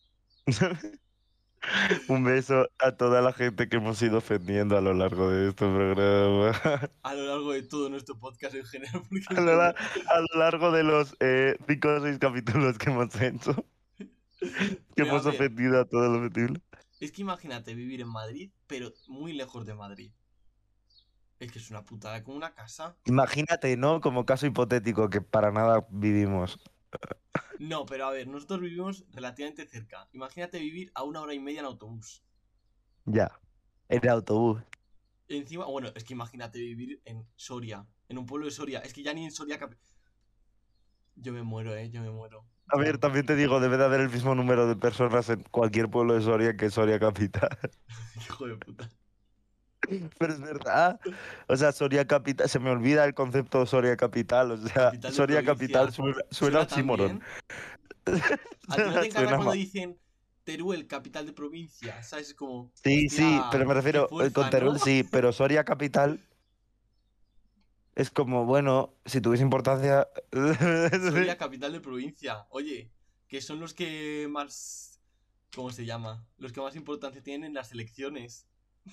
Un beso a toda la gente que hemos ido ofendiendo a lo largo de este programa. a lo largo de todo nuestro podcast en general, porque A es lo, verdad. a lo largo de los 5 o 6 capítulos que hemos hecho, que Pero a hemos ver, ofendido a todo lo ofendible. es que imagínate vivir en Madrid, pero muy lejos de Madrid. Es que es una putada como una casa. Imagínate, ¿no? Como caso hipotético que para nada vivimos. No, pero a ver, nosotros vivimos relativamente cerca. Imagínate vivir a 1 hora y media en autobús. Ya. En autobús. Encima, bueno, es que imagínate vivir en Soria, en un pueblo de Soria. Es que ya ni en Soria. Yo me muero, yo me muero. A ver, Yo. también te digo, debe de haber el mismo número de personas en cualquier pueblo de Soria que Soria capital. Hijo de puta. Pero es verdad. O sea, Soria capital, se me olvida el concepto de Soria capital. O sea, Capital de Soria capital provincia. suena Suena tan oxímoron. bien. A ti no te encanta Suena cuando mal. dicen Teruel, capital de provincia. ¿Sabes? Es como, Sí, sí, pero hostia, me qué refiero, con fuerza, ¿no? Teruel sí, pero Soria capital es como, bueno, si tuviese importancia. Soria, capital de provincia. Oye, que son los que más. ¿Cómo se llama? Los que más importancia tienen en las elecciones.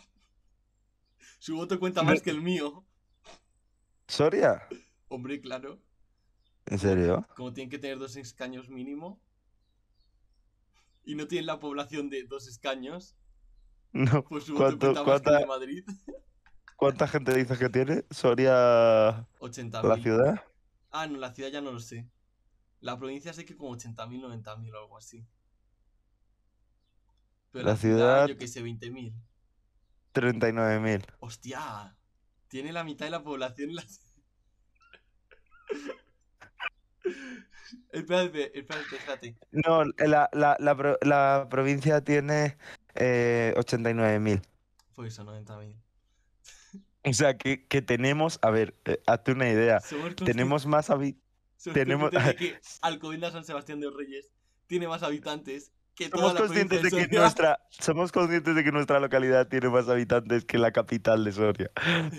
Su voto cuenta más que el mío. ¿Soria? Hombre, claro. ¿En Como, serio? como tienen que tener 2 escaños mínimo. Y no tienen la población de 2 escaños. No. Pues su voto cuenta más que el de Madrid. ¿Cuánta gente dices que tiene? Soria, ochenta la mil ciudad. Ah, no, la ciudad ya no lo sé. La provincia sé que como 80.000 90.000 o algo así. Pero la La ciudad, ciudad, yo que sé, 20.000. 39.000. Hostia, tiene la mitad de la población en la... espérate. No, la provincia tiene 89.000. Pues eso, 90.000. O sea, que tenemos, a ver, hazte una idea. Somos conscientes, Tenemos más somos tenemos, conscientes de que Alcobendas San Sebastián de los Reyes tiene más habitantes que toda somos la provincia conscientes de de que Soria. somos conscientes de que nuestra localidad tiene más habitantes que la capital de Soria.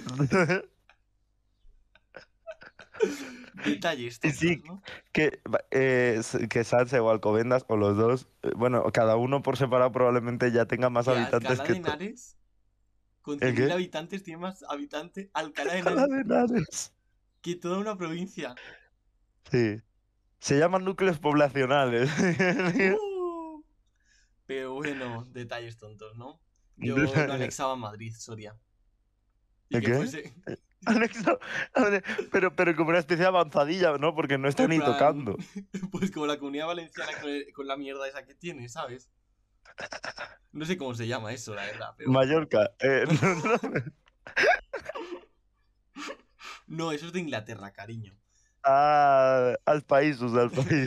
Detalles Y tontos, sí, ¿no? que Sanse o Alcobendas o los dos, bueno, cada uno por separado probablemente ya tenga más Que habitantes Alcalá que de Henares, con ¿El 100.000 qué? habitantes, tiene más habitantes Alcalá de Alcalá Henares de Henares. que toda una provincia. Sí. Se llaman núcleos poblacionales. ¡Uh! Pero bueno, detalles tontos, ¿no? Yo lo anexaba a Madrid, Soria. Y ¿El que qué? fuese, Anexo- pero como una especie de avanzadilla, ¿no? Porque no está en ni plan, tocando. pues como la comunidad valenciana con la mierda esa que tiene, ¿sabes? No sé cómo se llama eso, la verdad, pero... Mallorca. No, eso es de Inglaterra, cariño. Ah, al paísus, al país.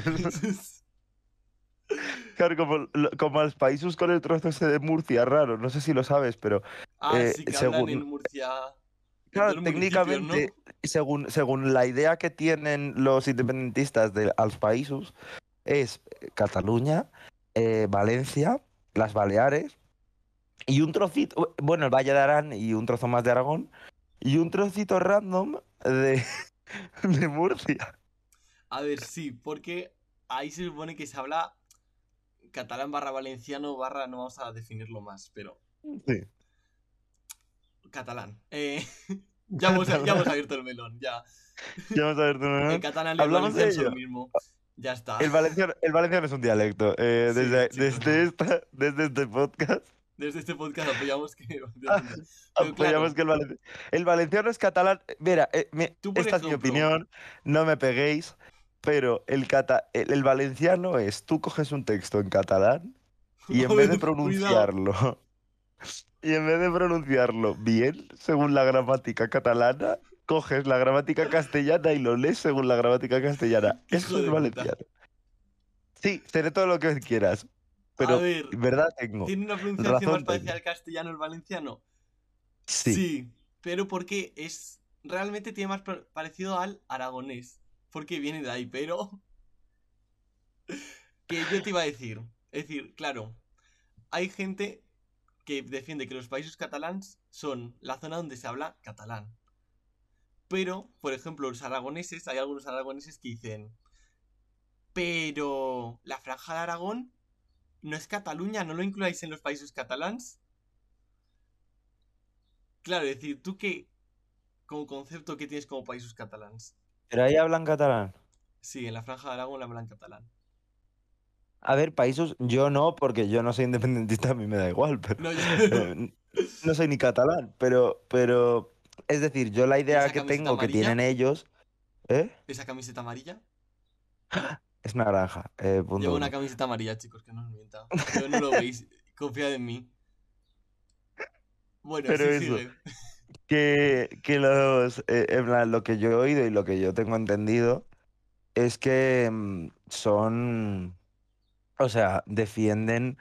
Claro, como al paísus con el trozo ese de Murcia, raro. No sé si lo sabes, pero Ah, sí que hablan en según, Murcia, en todos claro, los municipios, técnicamente, ¿no? según la idea que tienen los independentistas de Als Països, es Cataluña, Valencia, las Baleares y un trocito, bueno, el Valle de Arán y un trozo más de Aragón y un trocito random de Murcia. A ver, sí, porque ahí se supone que se habla catalán barra valenciano barra, no vamos a definirlo más, pero Sí. catalán. Ya hemos Catalán. abierto el melón, ya. Ya vamos a ver, El ¿no? catalán y el Hablamos de valenciano son lo ello. mismo. Ya está. El valenciano es un dialecto. Sí, chicos, no. Desde este podcast Desde este podcast apoyamos que... Pero apoyamos claro, que el valenciano es catalán. Mira, tú por esta es mi ejemplo... opinión, no me peguéis, pero el valenciano es, tú coges un texto en catalán y A en vez ver, de cuidado. pronunciarlo, y en vez de pronunciarlo bien, según la gramática catalana, coges la gramática castellana y lo lees según la gramática castellana. Qué hijo Eso es de puta. valenciano. Sí, seré todo lo que quieras, A pero ver, verdad tengo, ¿tiene una pronunciación más razón parecida tengo. al castellano el valenciano? Sí, Sí. pero porque realmente tiene más parecido al aragonés, porque viene de ahí, pero que yo te iba a decir, es decir, claro, hay gente que defiende que los países catalans son la zona donde se habla catalán. Pero, por ejemplo, los aragoneses, hay algunos aragoneses que dicen, pero la franja de Aragón no es Cataluña, no lo incluáis en los países catalans. Claro, es decir, tú qué, como concepto que tienes como países catalans. Pero ahí hablan catalán. Sí, en la franja de Aragón hablan catalán. A ver, países, yo no, porque yo no soy independentista, a mí me da igual, pero No, yo no. eh, no soy ni catalán, es decir, yo la ¿Y idea esa que camiseta tengo que tienen amarilla? ellos, ¿eh? ¿Esa camiseta amarilla? Es una granja, punto Llevo una uno. camiseta amarilla, chicos, que no os mienta. Pero no lo veis, confiad en mí. Bueno, Pero sí, eso, sigue. en plan, lo que yo he oído y lo que yo tengo entendido es que o sea, defienden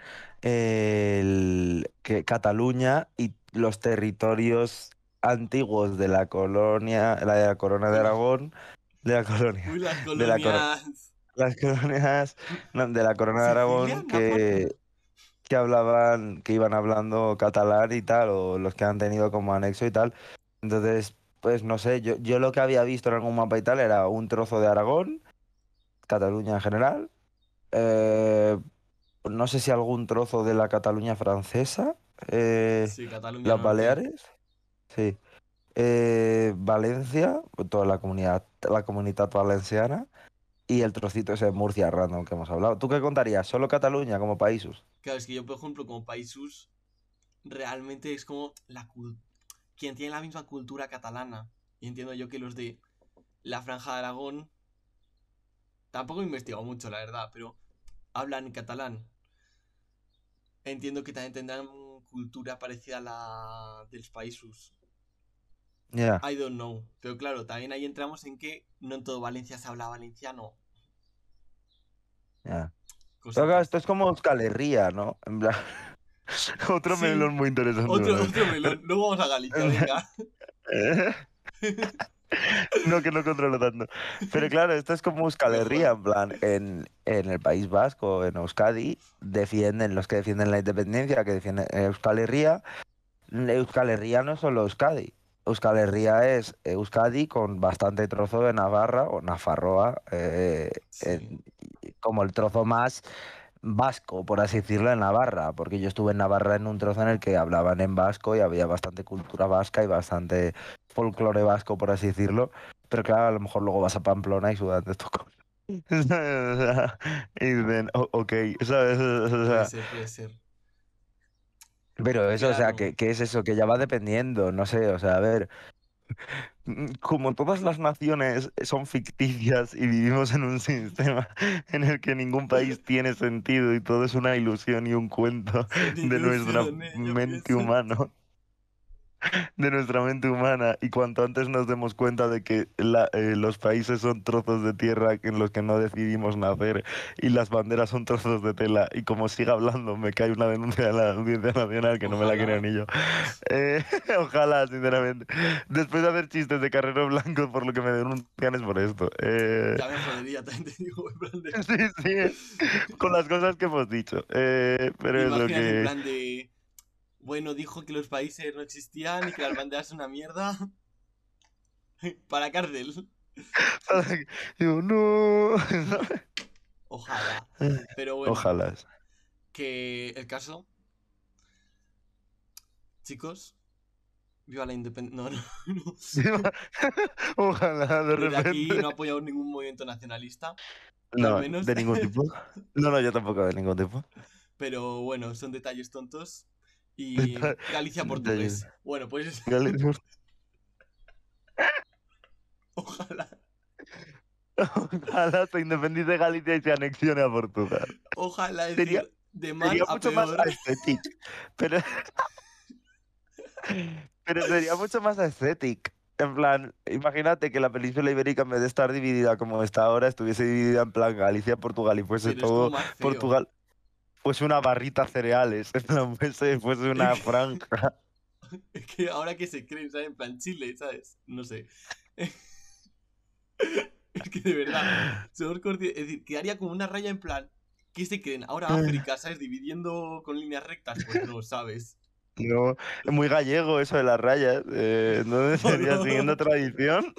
que Cataluña y los territorios antiguos de la colonia, la de la corona de Uy, Aragón, de la colonia, uy, las de la cor- colonias. las colonias no, de la corona de ¿Sicilia? Aragón ¿Nápoles? que hablaban, que iban hablando catalán y tal, o los que han tenido como anexo y tal. Entonces, pues no sé, yo lo que había visto en algún mapa y tal era un trozo de Aragón, Cataluña en general. eh, no sé si algún trozo de la Cataluña francesa, Sí, Cataluña las Norte. Baleares, sí. Valencia, toda la comunidad valenciana y el trocito ese de Murcia random que hemos hablado. ¿Tú qué contarías? ¿Solo Cataluña como países? Claro, es que yo, por ejemplo, como países, realmente es como quien tiene la misma cultura catalana. Y entiendo yo que los de la Franja de Aragón, tampoco he investigado mucho, la verdad, pero hablan catalán. Entiendo que también tendrán cultura parecida a la de los países. Ya, I don't know. Pero claro, también ahí entramos en que no en todo Valencia se habla valenciano. ya. Pero claro, Cositas. esto es como Euskal Herria, ¿no? En plan, otro melón Sí, muy interesante. otro melón. Luego vamos a Galicia, venga. No, que no controlo tanto. Pero claro, esto es como Euskal Herria, Mejor. en plan, en el País Vasco, en Euskadi, defienden los que defienden la independencia, que defienden Euskal Herria. Euskal Herria no es solo Euskadi. Euskal Herria es Euskadi con bastante trozo de Navarra o Nafarroa, Sí, como el trozo más vasco, por así decirlo, en Navarra, porque yo estuve en Navarra en un trozo en el que hablaban en vasco y había bastante cultura vasca y bastante folclore vasco, por así decirlo. Pero claro, a lo mejor luego vas a Pamplona y sudan de estos cosas. O sea, y dicen, ok, ¿sabes? O puede sea, ser, puede ser. pero eso, o sea, Claro. ¿qué es eso? Que ya va dependiendo, no sé, o sea, a ver. Como todas las naciones son ficticias y vivimos en un sistema en el que ningún país tiene sentido y todo es una ilusión y un cuento Son de nuestra ilusiones, yo mente pienso. humana, de nuestra mente humana, y cuanto antes nos demos cuenta de que los países son trozos de tierra en los que no decidimos nacer y las banderas son trozos de tela, y como siga hablando me cae una denuncia de la Audiencia Nacional que no me la creo Ojalá. ni yo. Eh, ojalá, sinceramente. Después de hacer chistes de Carrero Blanco, por lo que me denuncian es por esto. Ya me jodería, también te digo, en plan de. Sí, sí, con las cosas que hemos dicho. Pero es lo Imagínate en que... plan de. Bueno, dijo que los países no existían y que las banderas son una mierda. Para cárcel. Digo, no. Ojalá. Pero bueno, Ojalá. que el caso, chicos, viva la independencia. No, no, no. Ojalá, de Desde aquí no repente. apoyamos ningún movimiento nacionalista. Yo al No, menos. de ningún tipo. No, no, yo tampoco de ningún tipo. Pero bueno, son detalles tontos. Y Galicia Detalles. portugués. Bueno, pues Galicia. ojalá. Ojalá se independice Galicia y se anexione a Portugal. Ojalá Sería, decir de mal sería a mucho más peor. aesthetic. Pero, pero sería mucho más aesthetic. En plan, imagínate que la península ibérica, en vez de estar dividida como está ahora, estuviese dividida en plan Galicia, Portugal y fuese Pero es como todo más feo. Portugal, fuese una barrita cereales, en plan, fuese una franja. Es que ahora que se creen, ¿sabes? En plan Chile, ¿sabes? No sé. Es que de verdad, somos es decir, quedaría como una raya en plan, ¿qué se creen? Ahora África, ¿sabes? Dividiendo con líneas rectas, pues no, ¿sabes? No, es muy gallego eso de las rayas. ¿No ¿O sería siguiendo no? tradición?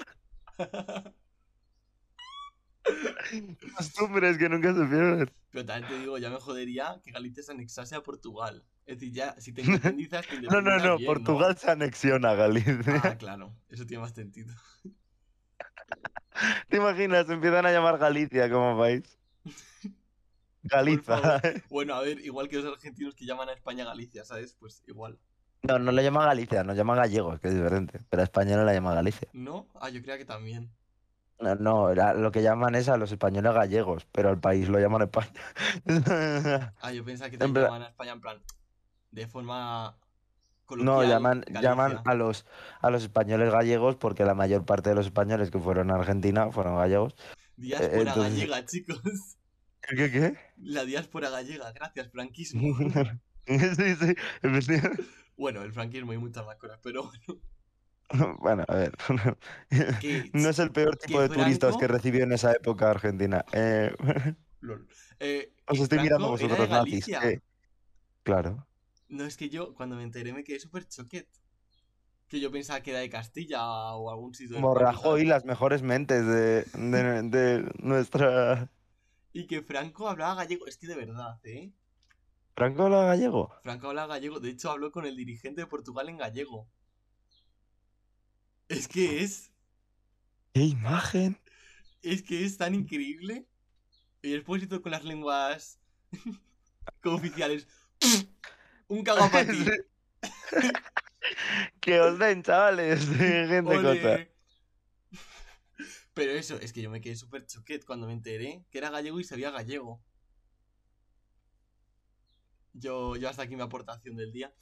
Costumbres que nunca se pierden. Pero también te digo, ya me jodería que Galicia se anexase a Portugal. Es decir, ya, si te independizas, te No, no, independizas no. bien, ¿no? Portugal se anexiona a Ah, Galicia. claro, eso tiene más sentido. ¿Te imaginas? Empiezan a llamar Galicia como país. Por Galiza. favor. Bueno, a ver, igual que los argentinos que llaman a España Galicia, ¿sabes? Pues igual. No, no le llama Galicia, nos llama gallegos, que es diferente. Pero a España no la llama Galicia. ¿No? Ah, yo creía que también. No, no, lo que llaman es a los españoles gallegos, pero al país lo llaman España. Ah, yo pensaba que En también plan, llamaban a España en plan, de forma no, coloquial, llaman Galicia. a los españoles gallegos porque la mayor parte de los españoles que fueron a Argentina fueron gallegos. Diáspora Entonces, gallega, chicos. ¿qué? La diáspora gallega, gracias, franquismo. Sí, sí, efectivamente. Bueno, el franquismo y muchas más cosas, pero bueno. Bueno, a ver, Que, no es el peor tipo que de turistas que Franco. recibió en esa época Argentina. Lol. Os Que estoy mirando Franco era de vosotros nazis. Galicia. Claro. No, es que yo, cuando me enteré, me quedé súper choquet. Que yo pensaba que era de Castilla o algún sitio de Como España, Rajoy, ¿sabes? las mejores mentes de nuestra... Y que Franco hablaba gallego. Es que de verdad, ¿eh? ¿Franco habla gallego? Franco hablaba gallego. De hecho, habló con el dirigente de Portugal en gallego. Es que es. ¡Qué imagen! Es que es tan increíble. Y después hizo con las lenguas cooficiales. Un caga para ti. ¡Que os den, chavales! Gente cosa. Ole. Pero eso, es que yo me quedé súper choquet cuando me enteré que era gallego y sabía gallego. Yo hasta aquí mi aportación del día.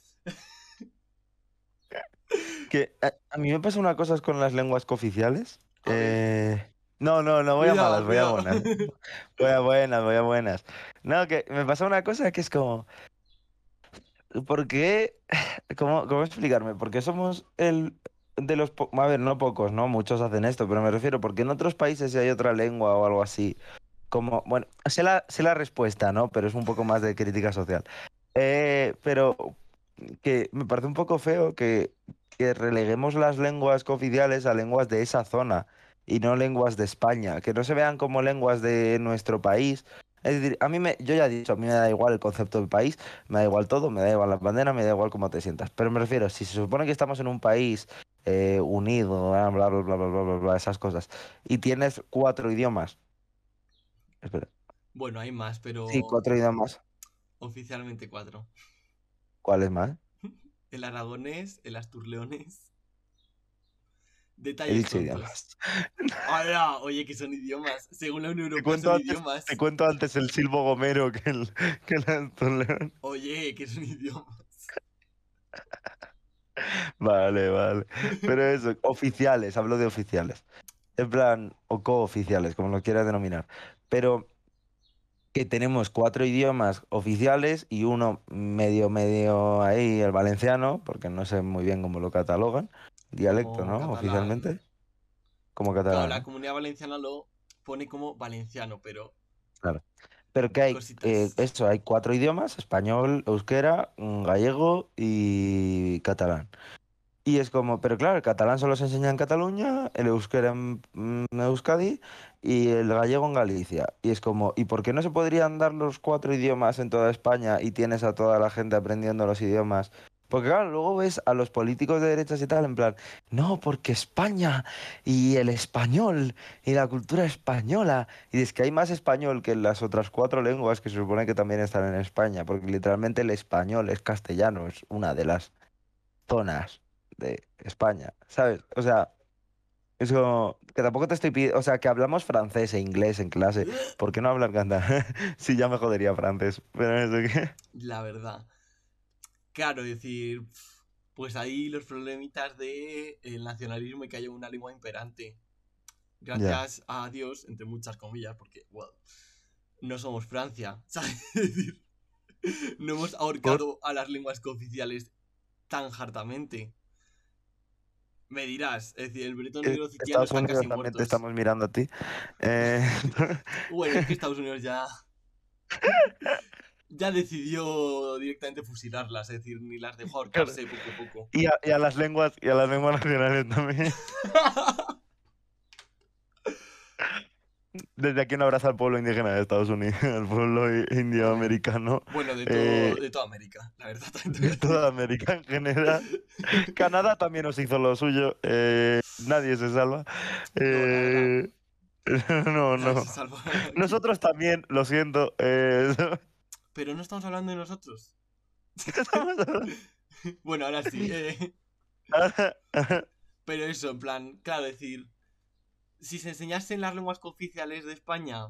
Que a mí me pasa una cosa con las lenguas cooficiales. A ver. No, no, no voy a Cuidado, malas, voy a cuidado. buenas. Voy a buenas, voy a buenas. No, que me pasa una cosa que es como, ¿por qué? ¿Cómo explicarme? Porque somos el de los... A ver, no pocos, ¿no? Muchos hacen esto, pero me refiero, porque en otros países si hay otra lengua o algo así, como, bueno, sé la respuesta, ¿no? Pero es un poco más de crítica social. Pero que me parece un poco feo que releguemos las lenguas cooficiales a lenguas de esa zona y no lenguas de España, que no se vean como lenguas de nuestro país. Es decir, yo ya he dicho, a mí me da igual el concepto del país, me da igual todo, me da igual la bandera, me da igual cómo te sientas. Pero me refiero, si se supone que estamos en un país unido, bla, bla, bla, bla, bla, bla, bla, esas cosas, y tienes cuatro idiomas, espera, Bueno, hay más, sí, pero cuatro idiomas, oficialmente cuatro. ¿cuáles más? El aragonés, el asturleonés. He Detalles dicho tontos. idiomas. ¡Hala! Oye, que son idiomas. Según la Unión Te Europea cuento son antes, te idiomas. cuento antes el silbo gomero que el León. Oye, que son idiomas. Vale, vale. Pero eso, oficiales, hablo de oficiales. En plan, o cooficiales, como lo quieras denominar. Pero que tenemos cuatro idiomas oficiales y uno medio ahí, el valenciano, porque no sé muy bien cómo lo catalogan. Dialecto, Como ¿no? catalán. Oficialmente, como Claro, catalán, la ¿no? Comunidad Valenciana lo pone como valenciano, pero Claro. Pero que hay, cositas. eso, hay cuatro idiomas, español, euskera, gallego y catalán. Y es como, pero claro, el catalán solo se enseña en Cataluña, el euskera en Euskadi y el gallego en Galicia. Y es como, ¿y por qué no se podrían dar los cuatro idiomas en toda España y tienes a toda la gente aprendiendo los idiomas? Porque claro, luego ves a los políticos de derechas y tal, en plan, no, porque España y el español y la cultura española. Y es que hay más español que las otras cuatro lenguas que se supone que también están en España, porque literalmente el español es castellano, es una de las zonas de España, ¿sabes? O sea, es como que tampoco te estoy pidiendo, o sea, que hablamos francés e inglés en clase, ¿por qué no hablar catalán? Sí, ya me jodería francés, pero eso que... La verdad. Claro, decir, pues ahí los problemitas de el nacionalismo y que haya una lengua imperante. Ya. Gracias a Dios, entre muchas comillas, porque, well, no somos Francia, ¿sabes? Es decir, no hemos Por- ahorcado a las lenguas cooficiales tan hartamente. Me dirás, es decir, el bretón y el occitano Estados están casi Unidos también te muertos. estamos mirando a ti. Eh, Bueno, es que Estados Unidos ya decidió directamente fusilarlas, es decir, ni las dejó claro. ahorcarse poco a poco. Y a las lenguas nacionales también. Desde aquí un abrazo al pueblo indígena de Estados Unidos, al pueblo Joder. indioamericano, Bueno, eh, de toda América, la verdad, también te voy de a decir. toda América en general. Canadá también nos hizo lo suyo. Nadie se salva. No, la verdad, Eh, no, nadie no. se salva aquí. Nosotros también, lo siento. Pero no estamos hablando de nosotros. estamos Bueno, ahora sí. Pero eso, en plan, claro, decir, si se enseñasen las lenguas cooficiales de España,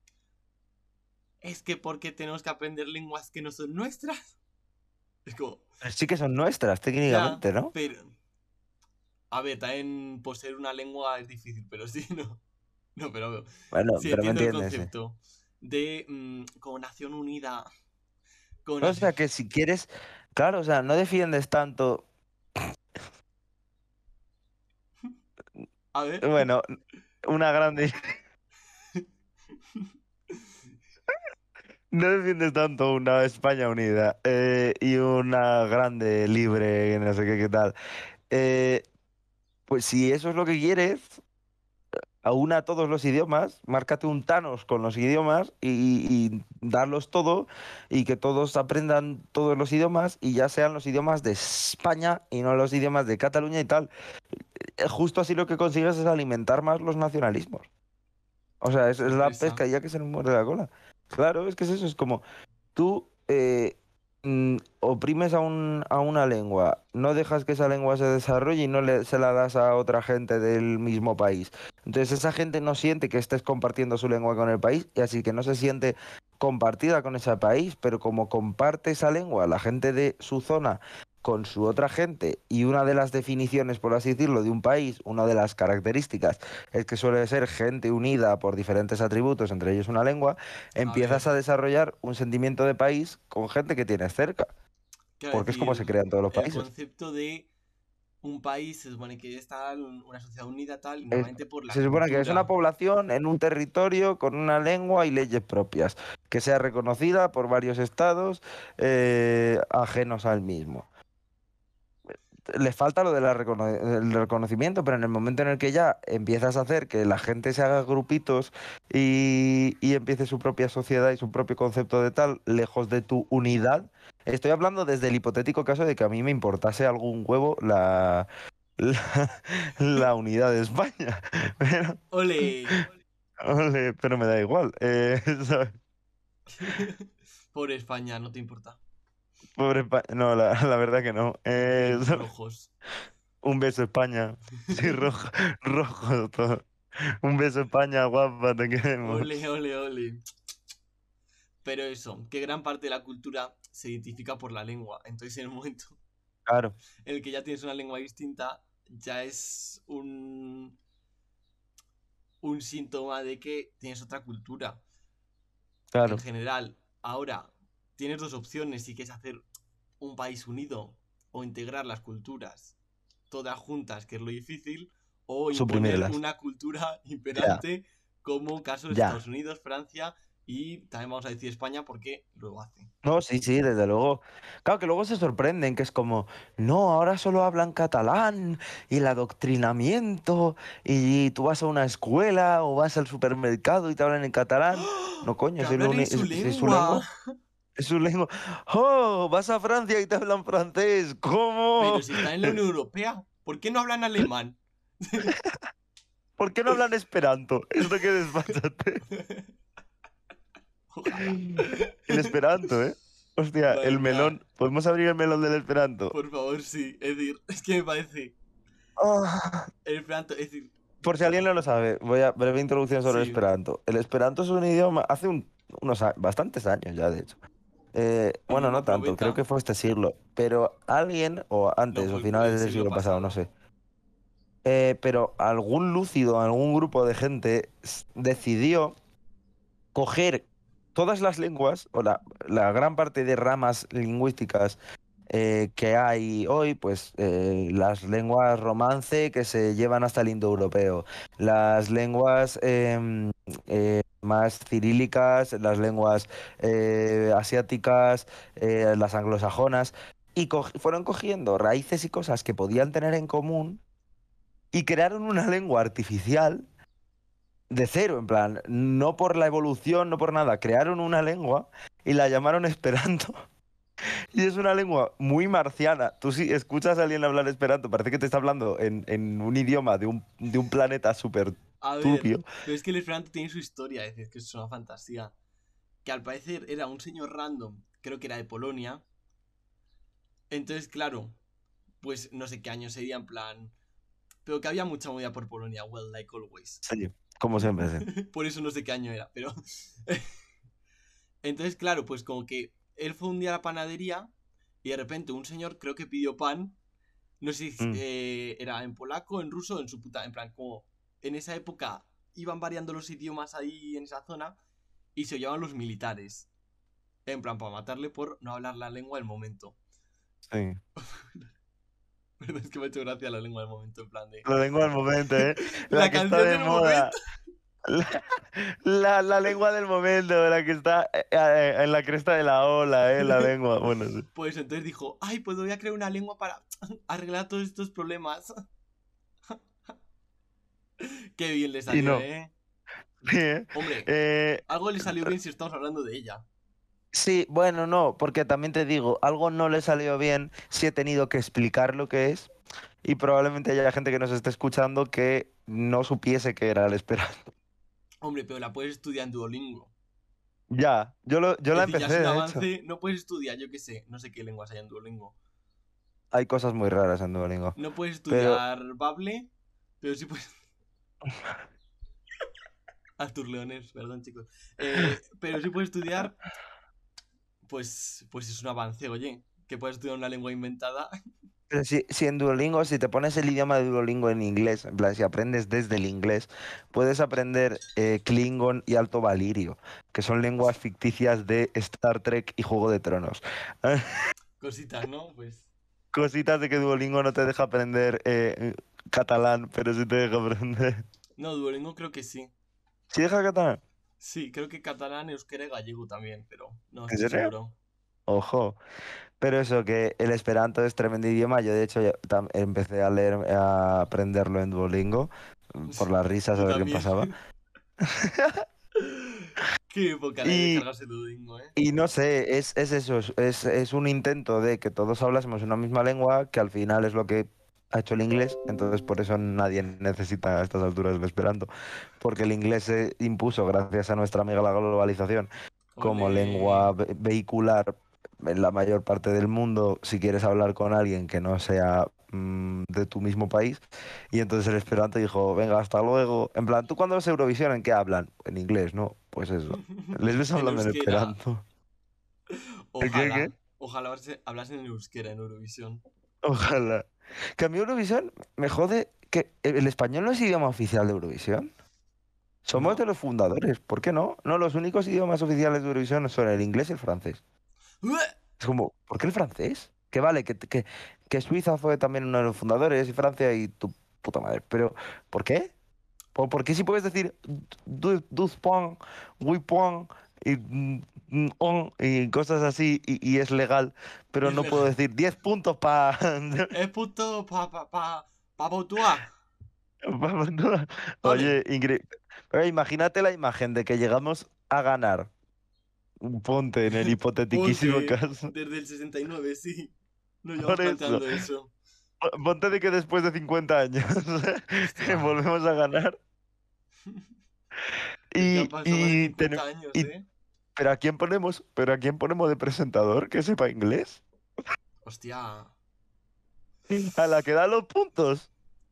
es que porque tenemos que aprender lenguas que no son nuestras. Es como, Sí que son nuestras, ya, técnicamente, ¿no? pero... A ver, también poseer una lengua es difícil, pero sí, no. No, pero Bueno, sí pero me entiendo el entiendes. concepto de como nación unida. Como O nación... sea, que si quieres, claro, o sea, no defiendes tanto. A ver. Bueno, una grande. No defiendes tanto una España unida y una grande, libre, no sé qué, qué tal. Eh, pues si eso es lo que quieres, aúna todos los idiomas, márcate un Thanos con los idiomas y darlos todo y que todos aprendan todos los idiomas y ya sean los idiomas de España y no los idiomas de Cataluña y tal. Justo así lo que consigues es alimentar más los nacionalismos. O sea, es la Sorpresa. pesca ya que se nos muerde la cola. Claro, es que es eso, es como tú oprimes a una lengua, no dejas que esa lengua se desarrolle y no se la das a otra gente del mismo país. Entonces esa gente no siente que estés compartiendo su lengua con el país y así que no se siente compartida con ese país, pero como comparte esa lengua la gente de su zona con su otra gente y una de las definiciones, por así decirlo, de un país, una de las características es que suele ser gente unida por diferentes atributos, entre ellos una lengua, A ver. empiezas a desarrollar un sentimiento de país con gente que tienes cerca, Quiero porque es como decir, se crean todos los el países. concepto de un país se supone que está una sociedad unida tal, y Es- normalmente por la Se supone que es una cultura. población en un territorio con una lengua y leyes propias, que sea reconocida por varios estados ajenos al mismo. Le falta lo del reconocimiento, pero en el momento en el que ya empiezas a hacer que la gente se haga grupitos y empiece su propia sociedad y su propio concepto de tal, lejos de tu unidad, estoy hablando desde el hipotético caso de que a mí me importase algún huevo la, la unidad de España. Pero, ¡Ole! ole, pero me da igual. ¿Sabes? Por España, no te importa. Pobre No, la verdad que no. ¿Sabes? Rojos. Un beso España. Sí, rojo, rojo todo. Un beso España, guapa, te queremos. Ole, ole, ole. Pero eso, que gran parte de la cultura se identifica por la lengua. Entonces, en el momento Claro, en el que ya tienes una lengua distinta, ya es un síntoma de que tienes otra cultura. En claro. general, ahora tienes dos opciones si quieres hacer un país unido o integrar las culturas todas juntas, que es lo difícil, o imponer Suprimirlas. una cultura Ya, imperante como caso de ya. Estados Unidos, Francia y también vamos a decir España porque lo hace. No, sí, sí, desde luego. Claro que luego se sorprenden, que es como, no, ahora solo hablan catalán y el adoctrinamiento y tú vas a una escuela o vas al supermercado y te hablan en catalán. ¡Oh! No, coño, ¡Que hablan en su si es su lengua! lengua. Es su lengua. ¡Oh! Vas a Francia y te hablan francés. Pero ¿Cómo? si están en la Unión Europea, ¿por qué no hablan alemán? ¿Por qué no hablan esperanto? Esto que despachate. Ojalá. El esperanto, ¿eh? Hostia, Madre el mía, melón. ¿Podemos abrir el melón del esperanto? por favor, sí. Es decir, es que me parece Ah. el esperanto, es decir, Por si alguien no lo sabe, voy a breve introducción sobre el sí, esperanto. El esperanto es un idioma, hace bastantes años ya, de hecho. Bueno, idioma no tanto, creo probeta. que fue este siglo, pero alguien, o No, antes, o fue finales el del siglo siglo pasado, no pasado. sé. Pero algún lúcido, algún grupo de gente decidió coger todas las lenguas, o la gran parte de ramas lingüísticas que hay hoy, pues las lenguas romance que se llevan hasta el indoeuropeo, las lenguas más cirílicas, las lenguas asiáticas, las anglosajonas, y fueron cogiendo raíces y cosas que podían tener en común y crearon una lengua artificial de cero, en plan, no por la evolución, no por nada, crearon una lengua y la llamaron Esperanto. Y es una lengua muy marciana. Tú si escuchas a alguien hablar esperanto, parece que te está hablando en un idioma de un planeta súper A ver, turbio. pero es que el Esperanto tiene su historia, es decir, que es una fantasía. Que al parecer era un señor random, creo que era de Polonia. Entonces, claro, pues no sé qué año sería, en plan. Pero que había mucha movida por Polonia, well, like always. Sí, como siempre, sí. Por eso no sé qué año era, pero. Entonces, claro, pues como que él fue un día a la panadería y de repente un señor creo que pidió pan. No sé si Mm, era en polaco, en ruso, en su puta. En plan, como en esa época iban variando los idiomas ahí en esa zona y se llamaban los militares. En plan, para matarle por no hablar la lengua del momento. sí. Pero es que me ha hecho gracia la lengua del momento, en plan de. Lo tengo al momento, ¿eh? La La que está canción de del momento. moda. La lengua del momento, la que está en la cresta de la ola, ¿eh? La lengua. Bueno, sí. Pues entonces dijo, ay, pues voy a crear una lengua para arreglar todos estos problemas. Qué bien le Y salió, no. ¿eh? Sí, ¿eh? Hombre, Eh, algo le salió bien si estamos hablando de ella. sí, bueno, no, porque también te digo, algo no le salió bien si he tenido que explicar lo que es. Y probablemente haya gente que nos esté escuchando que no supiese que era el esperanto. Hombre, pero la puedes estudiar en Duolingo. Ya, yo Es la decir, ya es empecé, un de hecho. avance. No puedes estudiar, yo qué sé, no sé qué lenguas hay en Duolingo. Hay cosas muy raras en Duolingo. No puedes Pero, estudiar Bable, pero sí puedes. Artur Leones, perdón, chicos. Pero sí puedes estudiar, pues es un avance, oye. Que puedes estudiar una lengua inventada. pero si en Duolingo, si te pones el idioma de Duolingo en inglés, en plan, si aprendes desde el inglés, puedes aprender Klingon y Alto Valirio, que son lenguas ficticias de Star Trek y Juego de Tronos. Cositas, ¿no? Pues. Cositas de que Duolingo no te deja aprender catalán, pero sí te deja aprender. No, Duolingo creo que sí. ¿Sí deja catalán? Sí, creo que catalán, euskera y gallego también, pero no ¿En estoy serio? seguro. Ojo. Pero eso, que el esperanto es tremendo idioma. Yo, de hecho, ya empecé a leer, a aprenderlo en Duolingo, por las risas, a Yo ver qué también. pasaba. Qué época la de Y, descargarse Duolingo, ¿eh? y no sé, es eso, es un intento de que todos hablásemos una misma lengua, que al final es lo que ha hecho el inglés, entonces por eso nadie necesita a estas alturas el esperanto, porque el inglés se impuso gracias a nuestra amiga la globalización como Ole. lengua vehicular en la mayor parte del mundo si quieres hablar con alguien que no sea de tu mismo país. Y entonces el esperanto dijo, venga, hasta luego. En plan, ¿tú cuando ves Eurovisión en qué hablan? En inglés, ¿no? Pues eso. Les ves En hablando en euskera. esperanto. ¿El qué, qué? Ojalá. Ojalá hablasen en euskera en Eurovisión. Ojalá. Que a mí Eurovisión me jode que el español no es idioma oficial de Eurovisión. Somos de ¿No? los fundadores, ¿por qué no? No, los únicos idiomas oficiales de Eurovisión son el inglés y el francés. Es como, ¿por qué el francés? Que vale, que Suiza fue también uno de los fundadores y Francia y tu puta madre. Pero, ¿por qué? ¿Por qué si puedes decir 12 points, 8 points y, y cosas así y es legal, Y pero es no puedo legal. decir 10 puntos para... Es puto pa Pautuá. Ole. Oye, Ingrid, pero imagínate la imagen de que llegamos a ganar. Ponte en el hipotetiquísimo Ponte. caso. Desde el 69, sí. Nos llevamos Por eso. planteando eso. Ponte de que después de 50 años Hostia. volvemos a ganar. Es que han Y, pasado más de y, 50 años, y- ¿eh? ¿pero a quién ponemos? ¿Pero a quién ponemos de presentador que sepa inglés? Hostia. A la que da los puntos.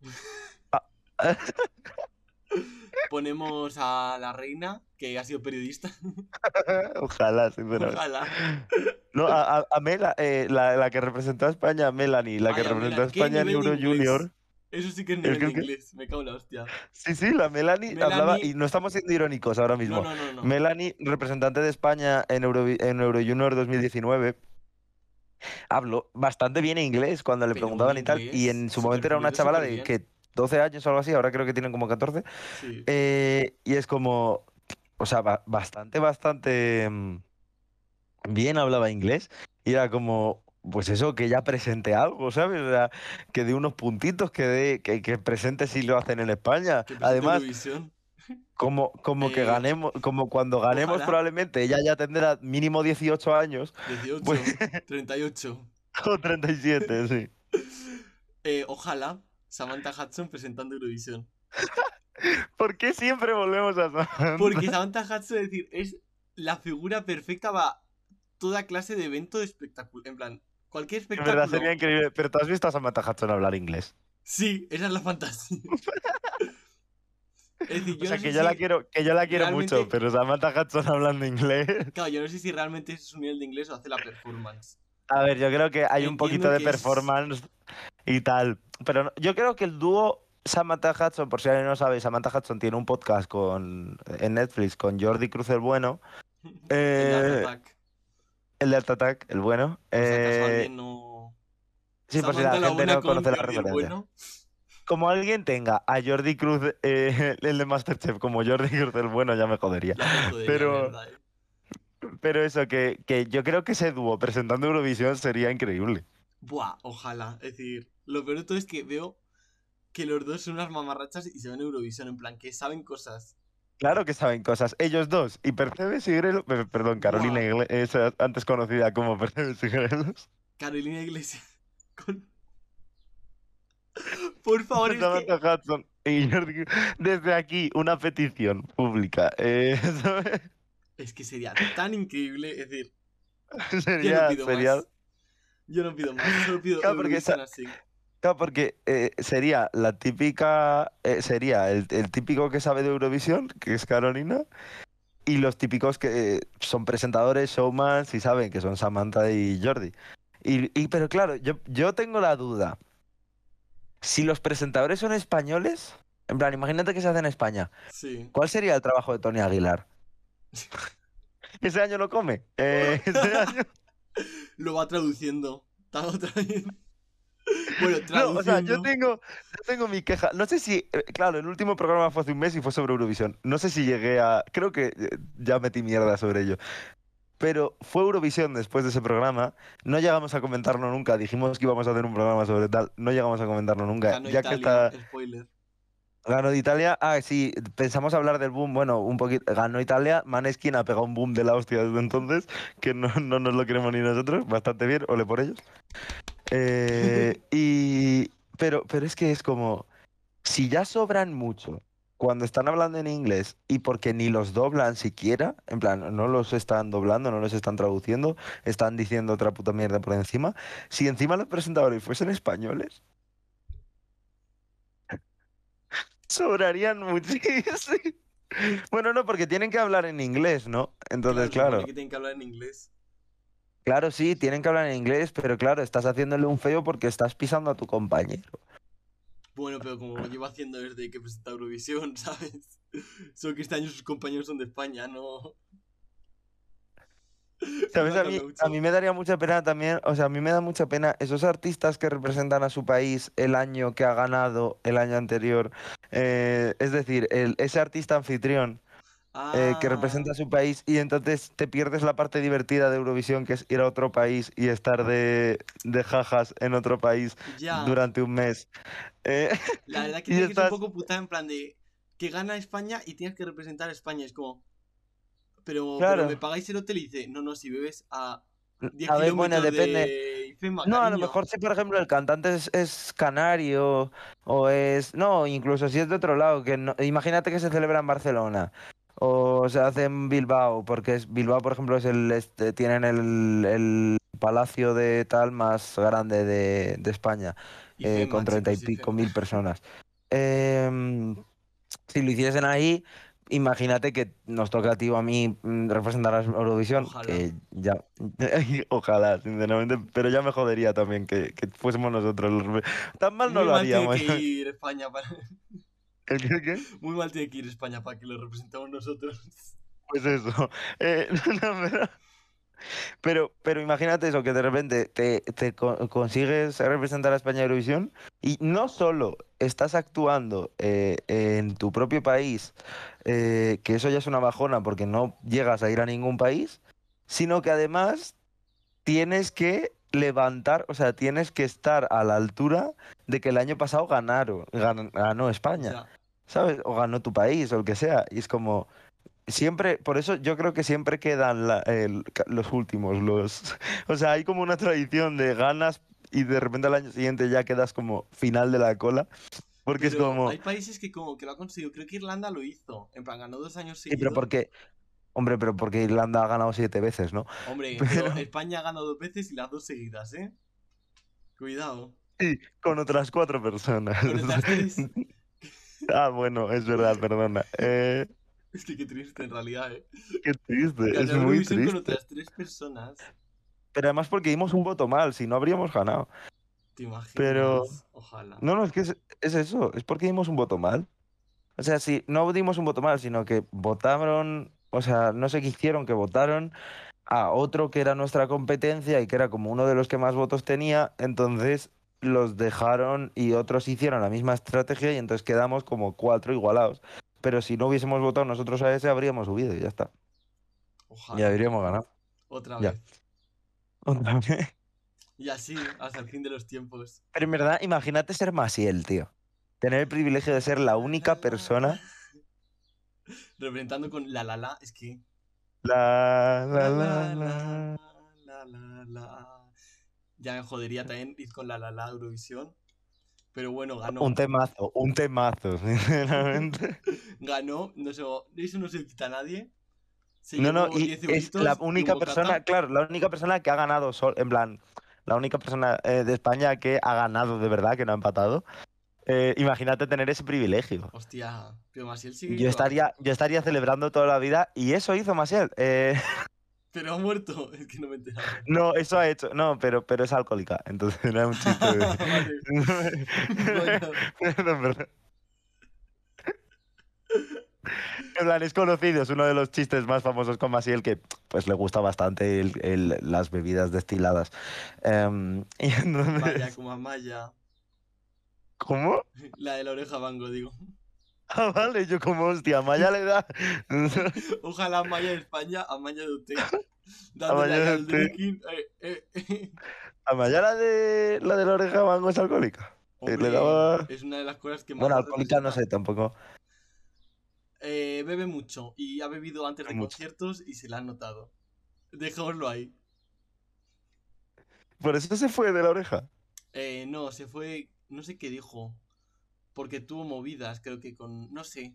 Ponemos a la reina, que ha sido periodista. Ojalá, sinceramente. Ojalá. No, a la que representó a España, Melanie, la que Ay, representó a ¿Qué España en nivel de Euro inglés? Junior. Eso sí que es ¿El nivel que, de el qué? inglés. Me cago en la hostia. Sí, sí, la Melanie hablaba, y Melanie. no estamos siendo irónicos ahora No, mismo. no, no, no. Melanie, representante de España en Euro Junior 2019, Habló bastante bien inglés cuando le Pero un preguntaban y tal, y inglés en su momento súper era una fluido, chavala súper de bien. que 12 años o algo así, ahora creo que tienen como 14, Sí. y es como, o sea, bastante bien hablaba inglés, y era como, pues eso, que ya presente algo, ¿sabes? O sea, que dé unos puntitos, que presente si lo hacen en España. Que presente Además, Eurovisión. como que Eh, ganemos, como cuando ganemos Ojalá. probablemente ella ya tendrá mínimo 18 años, pues, 18, 38. o 37, sí. Ojalá Samantha Hudson presentando Eurovisión. ¿Por qué siempre volvemos a Porque Samantha? Samantha Hudson, es decir, es la figura perfecta para toda clase de evento de espectáculo. En plan, cualquier En verdad sería espectáculo. increíble, pero ¿tú has visto a Samantha Hudson hablar inglés? Sí, esa es la fantasía. Es decir, O yo no sea, sé si que yo la quiero mucho, realmente. pero Samantha Hudson hablando inglés. Claro, yo no sé si realmente es su nivel de inglés o hace la performance. A ver, yo creo que hay un poquito Entiendo de que es. performance y tal, pero yo creo que el dúo Samantha Hudson, por si alguien no sabe, Samantha Hudson tiene un podcast en Netflix con Jordi Cruz el bueno, El de Art eh, Attack. el de Art Attack, el bueno. Por si acaso alguien no. Sí, por si la Samantha la gente buena no con conoce la Jordi el referencia. bueno. Como alguien tenga a Jordi Cruz, el de Masterchef, como Jordi Cruz el bueno, ya me jodería. Ya te jodería, de Pero, verdad, pero eso, que yo creo que ese dúo presentando Eurovisión sería increíble. Buah, ojalá. Es decir, lo peor de todo es que veo que los dos son unas mamarrachas y se van a Eurovisión. En plan, que saben cosas. Claro que saben cosas. Ellos dos, y Percebes y Grelos, perdón, Carolina Buah, esa antes conocida como Percebes y Grelos. Carolina Iglesias. con- Por favor, es que. Samantha Hudson y Jordi Cruz. Desde aquí, una petición pública. ¿Sabes? Es que sería tan increíble. Es decir, yo no Sería, pido sería... más. Yo no pido más. Solo pido Claro, porque Eurovisión así. claro, porque sería la típica, sería el típico que sabe de Eurovisión, que es Carolina, y los típicos que son presentadores, showmans, y saben que son Samantha y Jordi. Pero claro, yo tengo la duda. Si los presentadores son españoles, en plan, imagínate que se hace en España, Sí. ¿cuál sería el trabajo de Tony Aguilar? ¿Ese año lo come? ¿Ese año? Lo va traduciendo. Está otra vez. Bueno, No, o sea, traduciendo. yo tengo mi queja. No sé si, claro, el último programa fue hace un mes y fue sobre Eurovisión. No sé si llegué a, creo que ya metí mierda sobre ello. Pero fue Eurovisión después de ese programa. No llegamos a comentarlo nunca. Dijimos que íbamos a hacer un programa sobre tal. No llegamos a comentarlo nunca. Ganó Ya que Italia. está, Spoiler. ganó de Italia. Ah, sí, pensamos hablar del boom. Bueno, un poquito. Ganó Italia. Maneskin ha pegado un boom de la hostia desde entonces, que no nos lo queremos ni nosotros. Bastante bien, ole por ellos. Pero es que es como, si ya sobran mucho cuando están hablando en inglés y porque ni los doblan siquiera, en plan, no los están doblando, no los están traduciendo, están diciendo otra puta mierda por encima, si encima los presentadores fuesen españoles, sobrarían muchísimo. Bueno, no, porque tienen que hablar en inglés, ¿no? Entonces, Claro, se supone claro. que tienen que hablar en inglés. Claro, sí, tienen que hablar en inglés, pero claro, estás haciéndole un feo porque estás pisando a tu compañero. Bueno, pero como llevo haciendo desde que presenta Eurovisión, ¿sabes? Solo que este año sus compañeros son de España, no, no ¿Sabes? ha A cambiado mí mucho. me daría mucha pena también, o sea, a mí me da mucha pena esos artistas que representan a su país el año que ha ganado el año anterior. Es decir, ese artista anfitrión que Ah, representa a su país y entonces te pierdes la parte divertida de Eurovisión, que es ir a otro país y estar de jajas en otro país ya. durante un mes. Eh, La verdad que y tiene que ser un estás, poco putada en plan de que gana España y tienes que representar a España. Es como, pero me claro. pagáis el hotel y dice, no, no, si bebes a 10 A ver, bueno, kilómetros depende. de IFEMA, No, a lo cariño. mejor si, por ejemplo, el cantante es canario o es... No, incluso si es de otro lado, que imagínate que se celebra en Barcelona o se hace en Bilbao, porque Bilbao, por ejemplo, es tienen el palacio de tal más grande de España, con IFEMA, 30 y pico mil chicos, IFEMA. personas. Em, si lo hiciesen ahí, imagínate que nos toca a ti o a mí representar a Eurovisión, Ojalá. que ya, ojalá, sinceramente, pero ya me jodería también que fuésemos nosotros Tan mal no Muy lo mal tiene haríamos. que ir España para... ¿El qué? Muy mal tiene que ir España para que lo representemos nosotros. Pues eso. No, Pero imagínate eso, que de repente consigues representar a España en Eurovisión y no solo estás actuando en tu propio país, que eso ya es una bajona porque no llegas a ir a ningún país, sino que además tienes que levantar, o sea, tienes que estar a la altura de que el año pasado ganó España, Ya. ¿sabes? O ganó tu país o el que sea. Y es como... Siempre, por eso yo creo que siempre quedan los últimos, o sea, hay como una tradición de ganas y de repente al año siguiente ya quedas como final de la cola, porque es Pero como, hay países que como que lo han conseguido. Creo que Irlanda lo hizo. En plan, ganó 2 años sí, pero seguidos. porque, hombre, pero porque Irlanda ha ganado 7 veces, ¿no? Hombre, pero Pero, España ha ganado 2 veces y las dos seguidas, ¿eh? Cuidado. sí, con otras 4 personas. Con otras tres. Ah, bueno, es verdad, perdona. Es que qué triste en realidad, ¿eh? Qué triste, es Ganó muy Eurovisión con triste. otras 3 personas. Pero además porque dimos un voto mal, si no habríamos ganado. ¿Te Pero, imaginas? Ojalá. no, no, es que es eso, es porque dimos un voto mal. O sea, si no dimos un voto mal, sino que votaron, o sea, no sé qué hicieron, que votaron a otro que era nuestra competencia y que era como uno de los que más votos tenía, entonces los dejaron y otros hicieron la misma estrategia y entonces quedamos como 4 igualados. Pero si no hubiésemos votado nosotros a ese, habríamos subido y ya está. Ya Ojalá. habríamos ganado. Otra Ya. vez. Otra vez. Y así, hasta el fin de los tiempos. Pero en verdad, imagínate ser Masiel, tío. Tener el privilegio de ser la La, la, única la. persona. Representando con la la. Es que. La, la, La la, la la. la. La. Ya me jodería también ir con la Eurovisión. Pero bueno, ganó. Un temazo, sinceramente. Ganó. No se, eso no se lo quita a nadie. Se No, no, llevó y 10 es la euritos y un única persona, bocata. claro, la única persona que ha ganado, en plan, la única persona de España que ha ganado de verdad, que no ha empatado. Imagínate tener ese privilegio. Hostia, pero Masiel sigue viva. Yo estaría celebrando toda la vida y eso hizo Masiel. Pero ha muerto. Es que no me he enterado. No, eso ha hecho, no, pero es alcohólica, entonces era un chiste de... Vale. Vaya. Perdón, perdón. En plan, es conocido, es uno de los chistes más famosos con Masiel que pues le gusta bastante las bebidas destiladas. Y Vaya, entonces, como a Maya. ¿cómo? La de la oreja Bango, digo. Ah, vale, yo como hostia, Maya le da Ojalá Maya de España a Maya de UT. a Dándole ahí Maya al drinking. a Maya la de la oreja mango es alcohólica. Le Hombre, daba... es una de las cosas que más Bueno, la alcohólica no representa. sé, tampoco Bebe mucho y ha bebido antes de mucho. conciertos y se la ha notado. Dejémoslo ahí. Por eso se fue de la oreja. No, se fue. No sé qué dijo. Porque tuvo movidas, creo que con. No sé.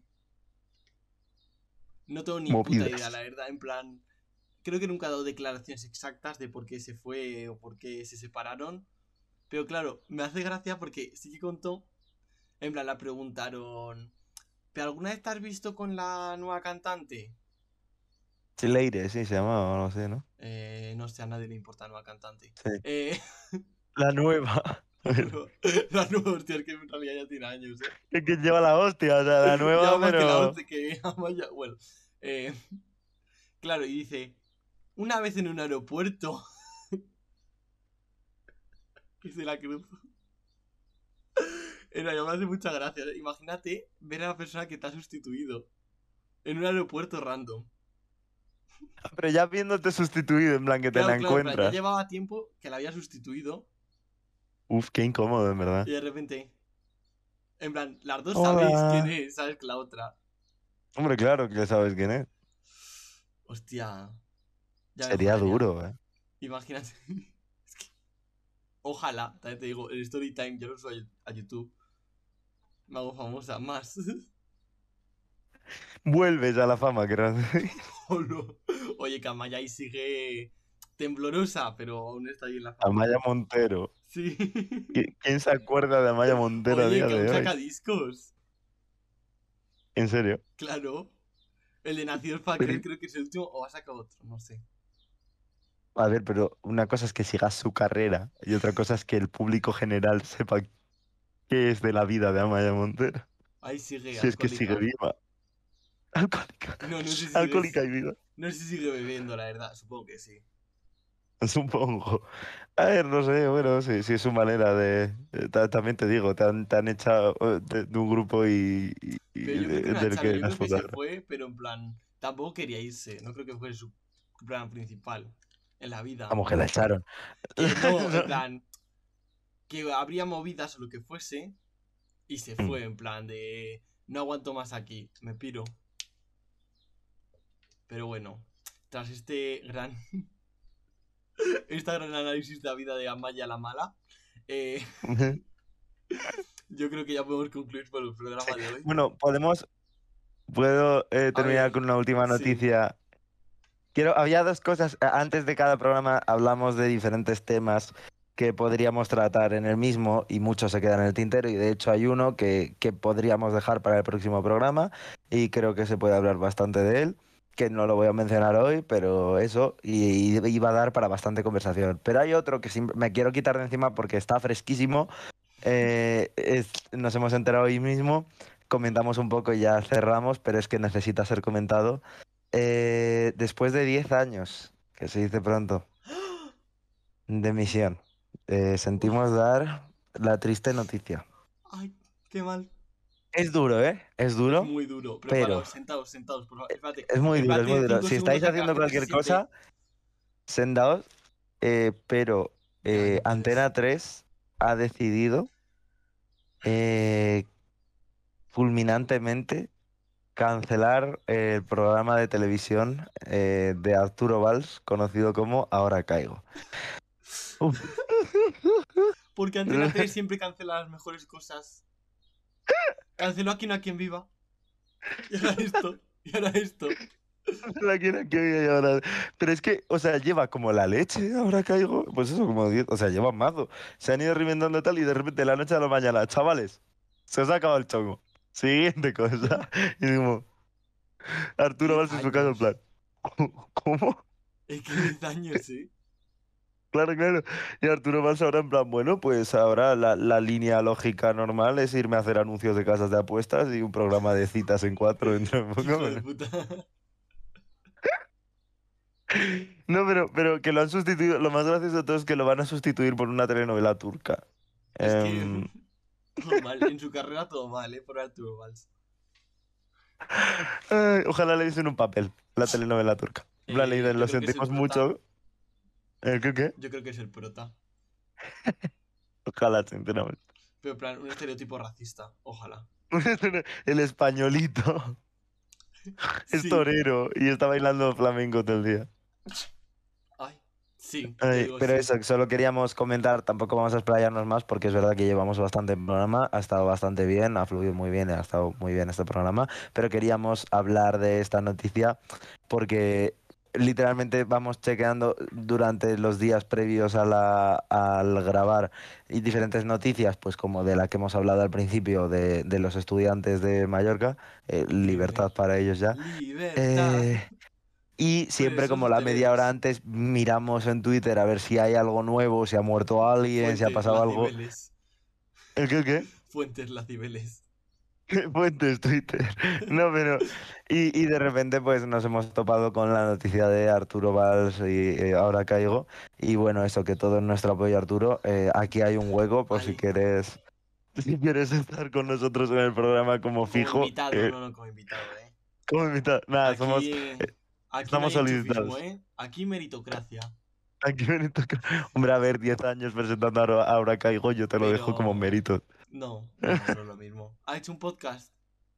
No tengo ni puta idea, la Movidas. verdad. En plan. Creo que nunca ha dado declaraciones exactas de por qué se fue o por qué se separaron. Pero claro, me hace gracia porque sí que contó. En plan, la preguntaron. ¿Pero alguna vez te has visto con la nueva cantante? Chileire, sí, se llamaba, no sé, ¿no? No sé, a nadie le importa la nueva cantante. Sí. Eh, La nueva. la nueva, hostia, es que en realidad ya tiene años, ¿eh? Es que lleva la hostia, o sea, la Ya nueva, más que la pero... 11 que Amaya. Bueno, eh, claro, y dice: una vez en un aeropuerto, que se la cruzó. En realidad me hace mucha gracia. Imagínate ver a la persona que te ha sustituido en un aeropuerto random. Pero ya viéndote sustituido, en plan que te la Claro, claro, en plan, ya encuentras. llevaba tiempo que la había sustituido Uf, qué incómodo, en verdad. y de repente, en plan, las dos sabéis quién Hola. es, ¿sabes? Que la otra. Hombre, claro que sabes quién es. Hostia, ya me Sería jodería. duro, ¿eh? Imagínate. Es que, ojalá, también te digo, el story time yo lo subo a YouTube. Me hago famosa más. Vuelves a la fama, creo. O no. Oye, que Amaya ahí sigue temblorosa, pero aún está ahí en la fama. Amaya Montero. Sí. ¿Quién se acuerda de Amaya Montero a Oye, día que aún de hoy? saca discos. ¿En serio? Claro. El de Nacidos para Creer creo que es el último o ha sacado otro, no sé. A ver, pero una cosa es que sigas su carrera y otra cosa es que el público general sepa qué es de la vida de Amaya Montero. Ahí sigue, Si es que sigue alcohólica. viva. Alcohólica. No, no sé si sigue. Alcohólica y viva. No sé si sigue bebiendo, la verdad. Supongo que sí. supongo. A ver, no sé, bueno, sí es su manera de... también te digo, te han echado de un grupo Pero yo creo que no la del echaron, que yo las creo que se fundaron. fue, pero en plan, tampoco quería irse, no creo que fuese su plan principal en la vida. Vamos, que la echaron. Que no, en No. plan, que habría movidas o lo que fuese, y se Mm. fue, en plan de, no aguanto más aquí, me piro. Pero bueno, tras esta gran análisis de la vida de Amaya la mala, eh, yo creo que ya podemos concluir por el Sí. programa de hoy. Bueno, puedo A terminar ver, con una última sí, noticia. Había dos cosas. Antes de cada programa hablamos de diferentes temas que podríamos tratar en el mismo y muchos se quedan en el tintero y de hecho hay uno que podríamos dejar para el próximo programa y creo que se puede hablar bastante de él, que no lo voy a mencionar hoy, pero eso, y iba a dar para bastante conversación. Pero hay otro que me quiero quitar de encima porque está fresquísimo. Nos hemos enterado hoy mismo, comentamos un poco y ya cerramos, pero es que necesita ser comentado. Después de 10 años, que se dice pronto, de misión, sentimos uf, dar la triste noticia. ay, qué mal. Es duro, ¿eh? Es Es duro, muy duro. pero Preparaos, sentaos, sentaos, por favor. Espérate, es muy duro, es muy espérate duro. 5 Si segundos estáis a que la haciendo gente se cualquier siente. cosa, sendaos, pero Venga, que puedes. Antena 3 ha decidido eh, fulminantemente cancelar el programa de televisión de Arturo Valls, conocido como Ahora Caigo. Uf. Porque Antena 3 siempre cancela las mejores cosas. Canceló Aquí no a quien viva. Y ahora esto. Y ahora esto. La quiero que oiga y ahora. Pero es que, o sea, lleva como la leche, ahora caigo. Pues eso, como 10. O sea, lleva mazo. Se han ido reinventando tal y de repente de la noche a la mañana, chavales, se os ha acabado el chongo. Siguiente cosa. Y digo, Arturo 10 Valls en su caso, en años. plan, ¿cómo? Es que 10 años, ¿eh? Claro, claro. Y Arturo Valls ahora en plan, bueno, pues ahora la línea lógica normal es irme a hacer anuncios de casas de apuestas y un programa de citas en cuatro dentro de Qué poco. hijo de puta. No, pero que lo han sustituido. Lo más gracioso de todo es que lo van a sustituir por una telenovela turca. Es que. Em, Todo mal. En su carrera todo mal, ¿eh? Por Arturo Valls. ojalá le dicen un papel, la telenovela turca. En plan, le dicen, Yo lo creo que es el sentimos prota. mucho. ¿Qué? Yo creo que es el prota. Ojalá, sinceramente. Pero en plan, un estereotipo racista. Ojalá. El españolito es Sí. torero y está bailando flamenco todo el día. Ay. Sí, yo Ay, digo pero sí. eso, solo queríamos comentar, tampoco vamos a explayarnos más porque es verdad que llevamos bastante programa, ha estado bastante bien, ha fluido muy bien, ha estado muy bien este programa, pero queríamos hablar de esta noticia porque literalmente vamos chequeando durante los días previos al grabar y diferentes noticias, pues como de la que hemos hablado al principio de los estudiantes de Mallorca, Liber- libertad para ellos ya. Libertad. Eh, y siempre Presos como la media hora hosteleros. antes miramos en Twitter a ver si hay algo nuevo, si ha muerto alguien, si ha Fuentes pasado algo. Lacibeles. ¿El qué? Fuentes Lacibeles. Fuentes Twitter. No, pero... Y de repente pues nos hemos topado con la noticia de Arturo Valls y ahora caigo. Y bueno, eso, que todo es nuestro apoyo, Arturo. Aquí hay un hueco por si Ahí. quieres... Si quieres estar con nosotros en el programa como Como fijo, invitado, no, no, como invitado, ¿eh? como invitado. Nada, Aquí, aquí no estamos hay enchufismo, solicitados. ¿eh? Aquí meritocracia. Aquí Benito Hombre, a ver, 10 años presentando Ahora Caigo, yo te lo dejo como Pero... mérito. No, no, no es lo mismo. Ha hecho un podcast.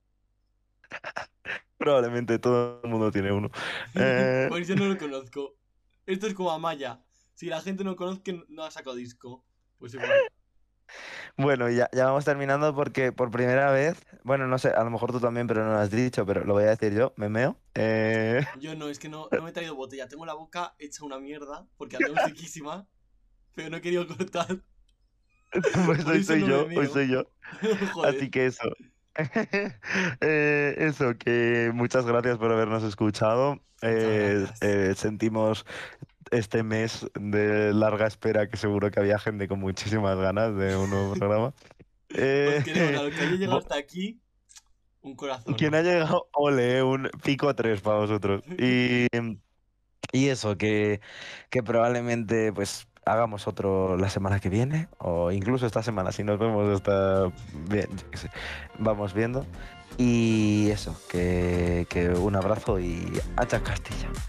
Probablemente todo el mundo tiene uno. Eh, Pues yo no lo conozco. Esto es como Amaya. Si la gente no conoce, no ha sacado disco. Pues igual. bueno, ya vamos terminando porque por primera vez, bueno, no sé, a lo mejor tú también, pero no lo has dicho, pero lo voy a decir yo, me meo. Yo no, es que no me he traído botella. Tengo la boca hecha una mierda porque la tengo sequísima. Pero no he querido cortar. Pues Por hoy eso soy no me yo, hoy meo. soy yo. Así Joder. que eso. Eso, que muchas gracias por habernos escuchado. Muchas gracias. Sentimos este mes de larga espera que seguro que había gente con muchísimas ganas de un nuevo programa. Os queremos. A Eh, los que hayáis llegado bo- hasta aquí, un corazón. quien ha llegado, ole, un pico 3 para vosotros. Y eso, que probablemente pues hagamos otro la semana que viene o incluso esta semana, si nos vemos está bien, yo qué sé, vamos viendo. Y eso, que un abrazo y hacha Castilla.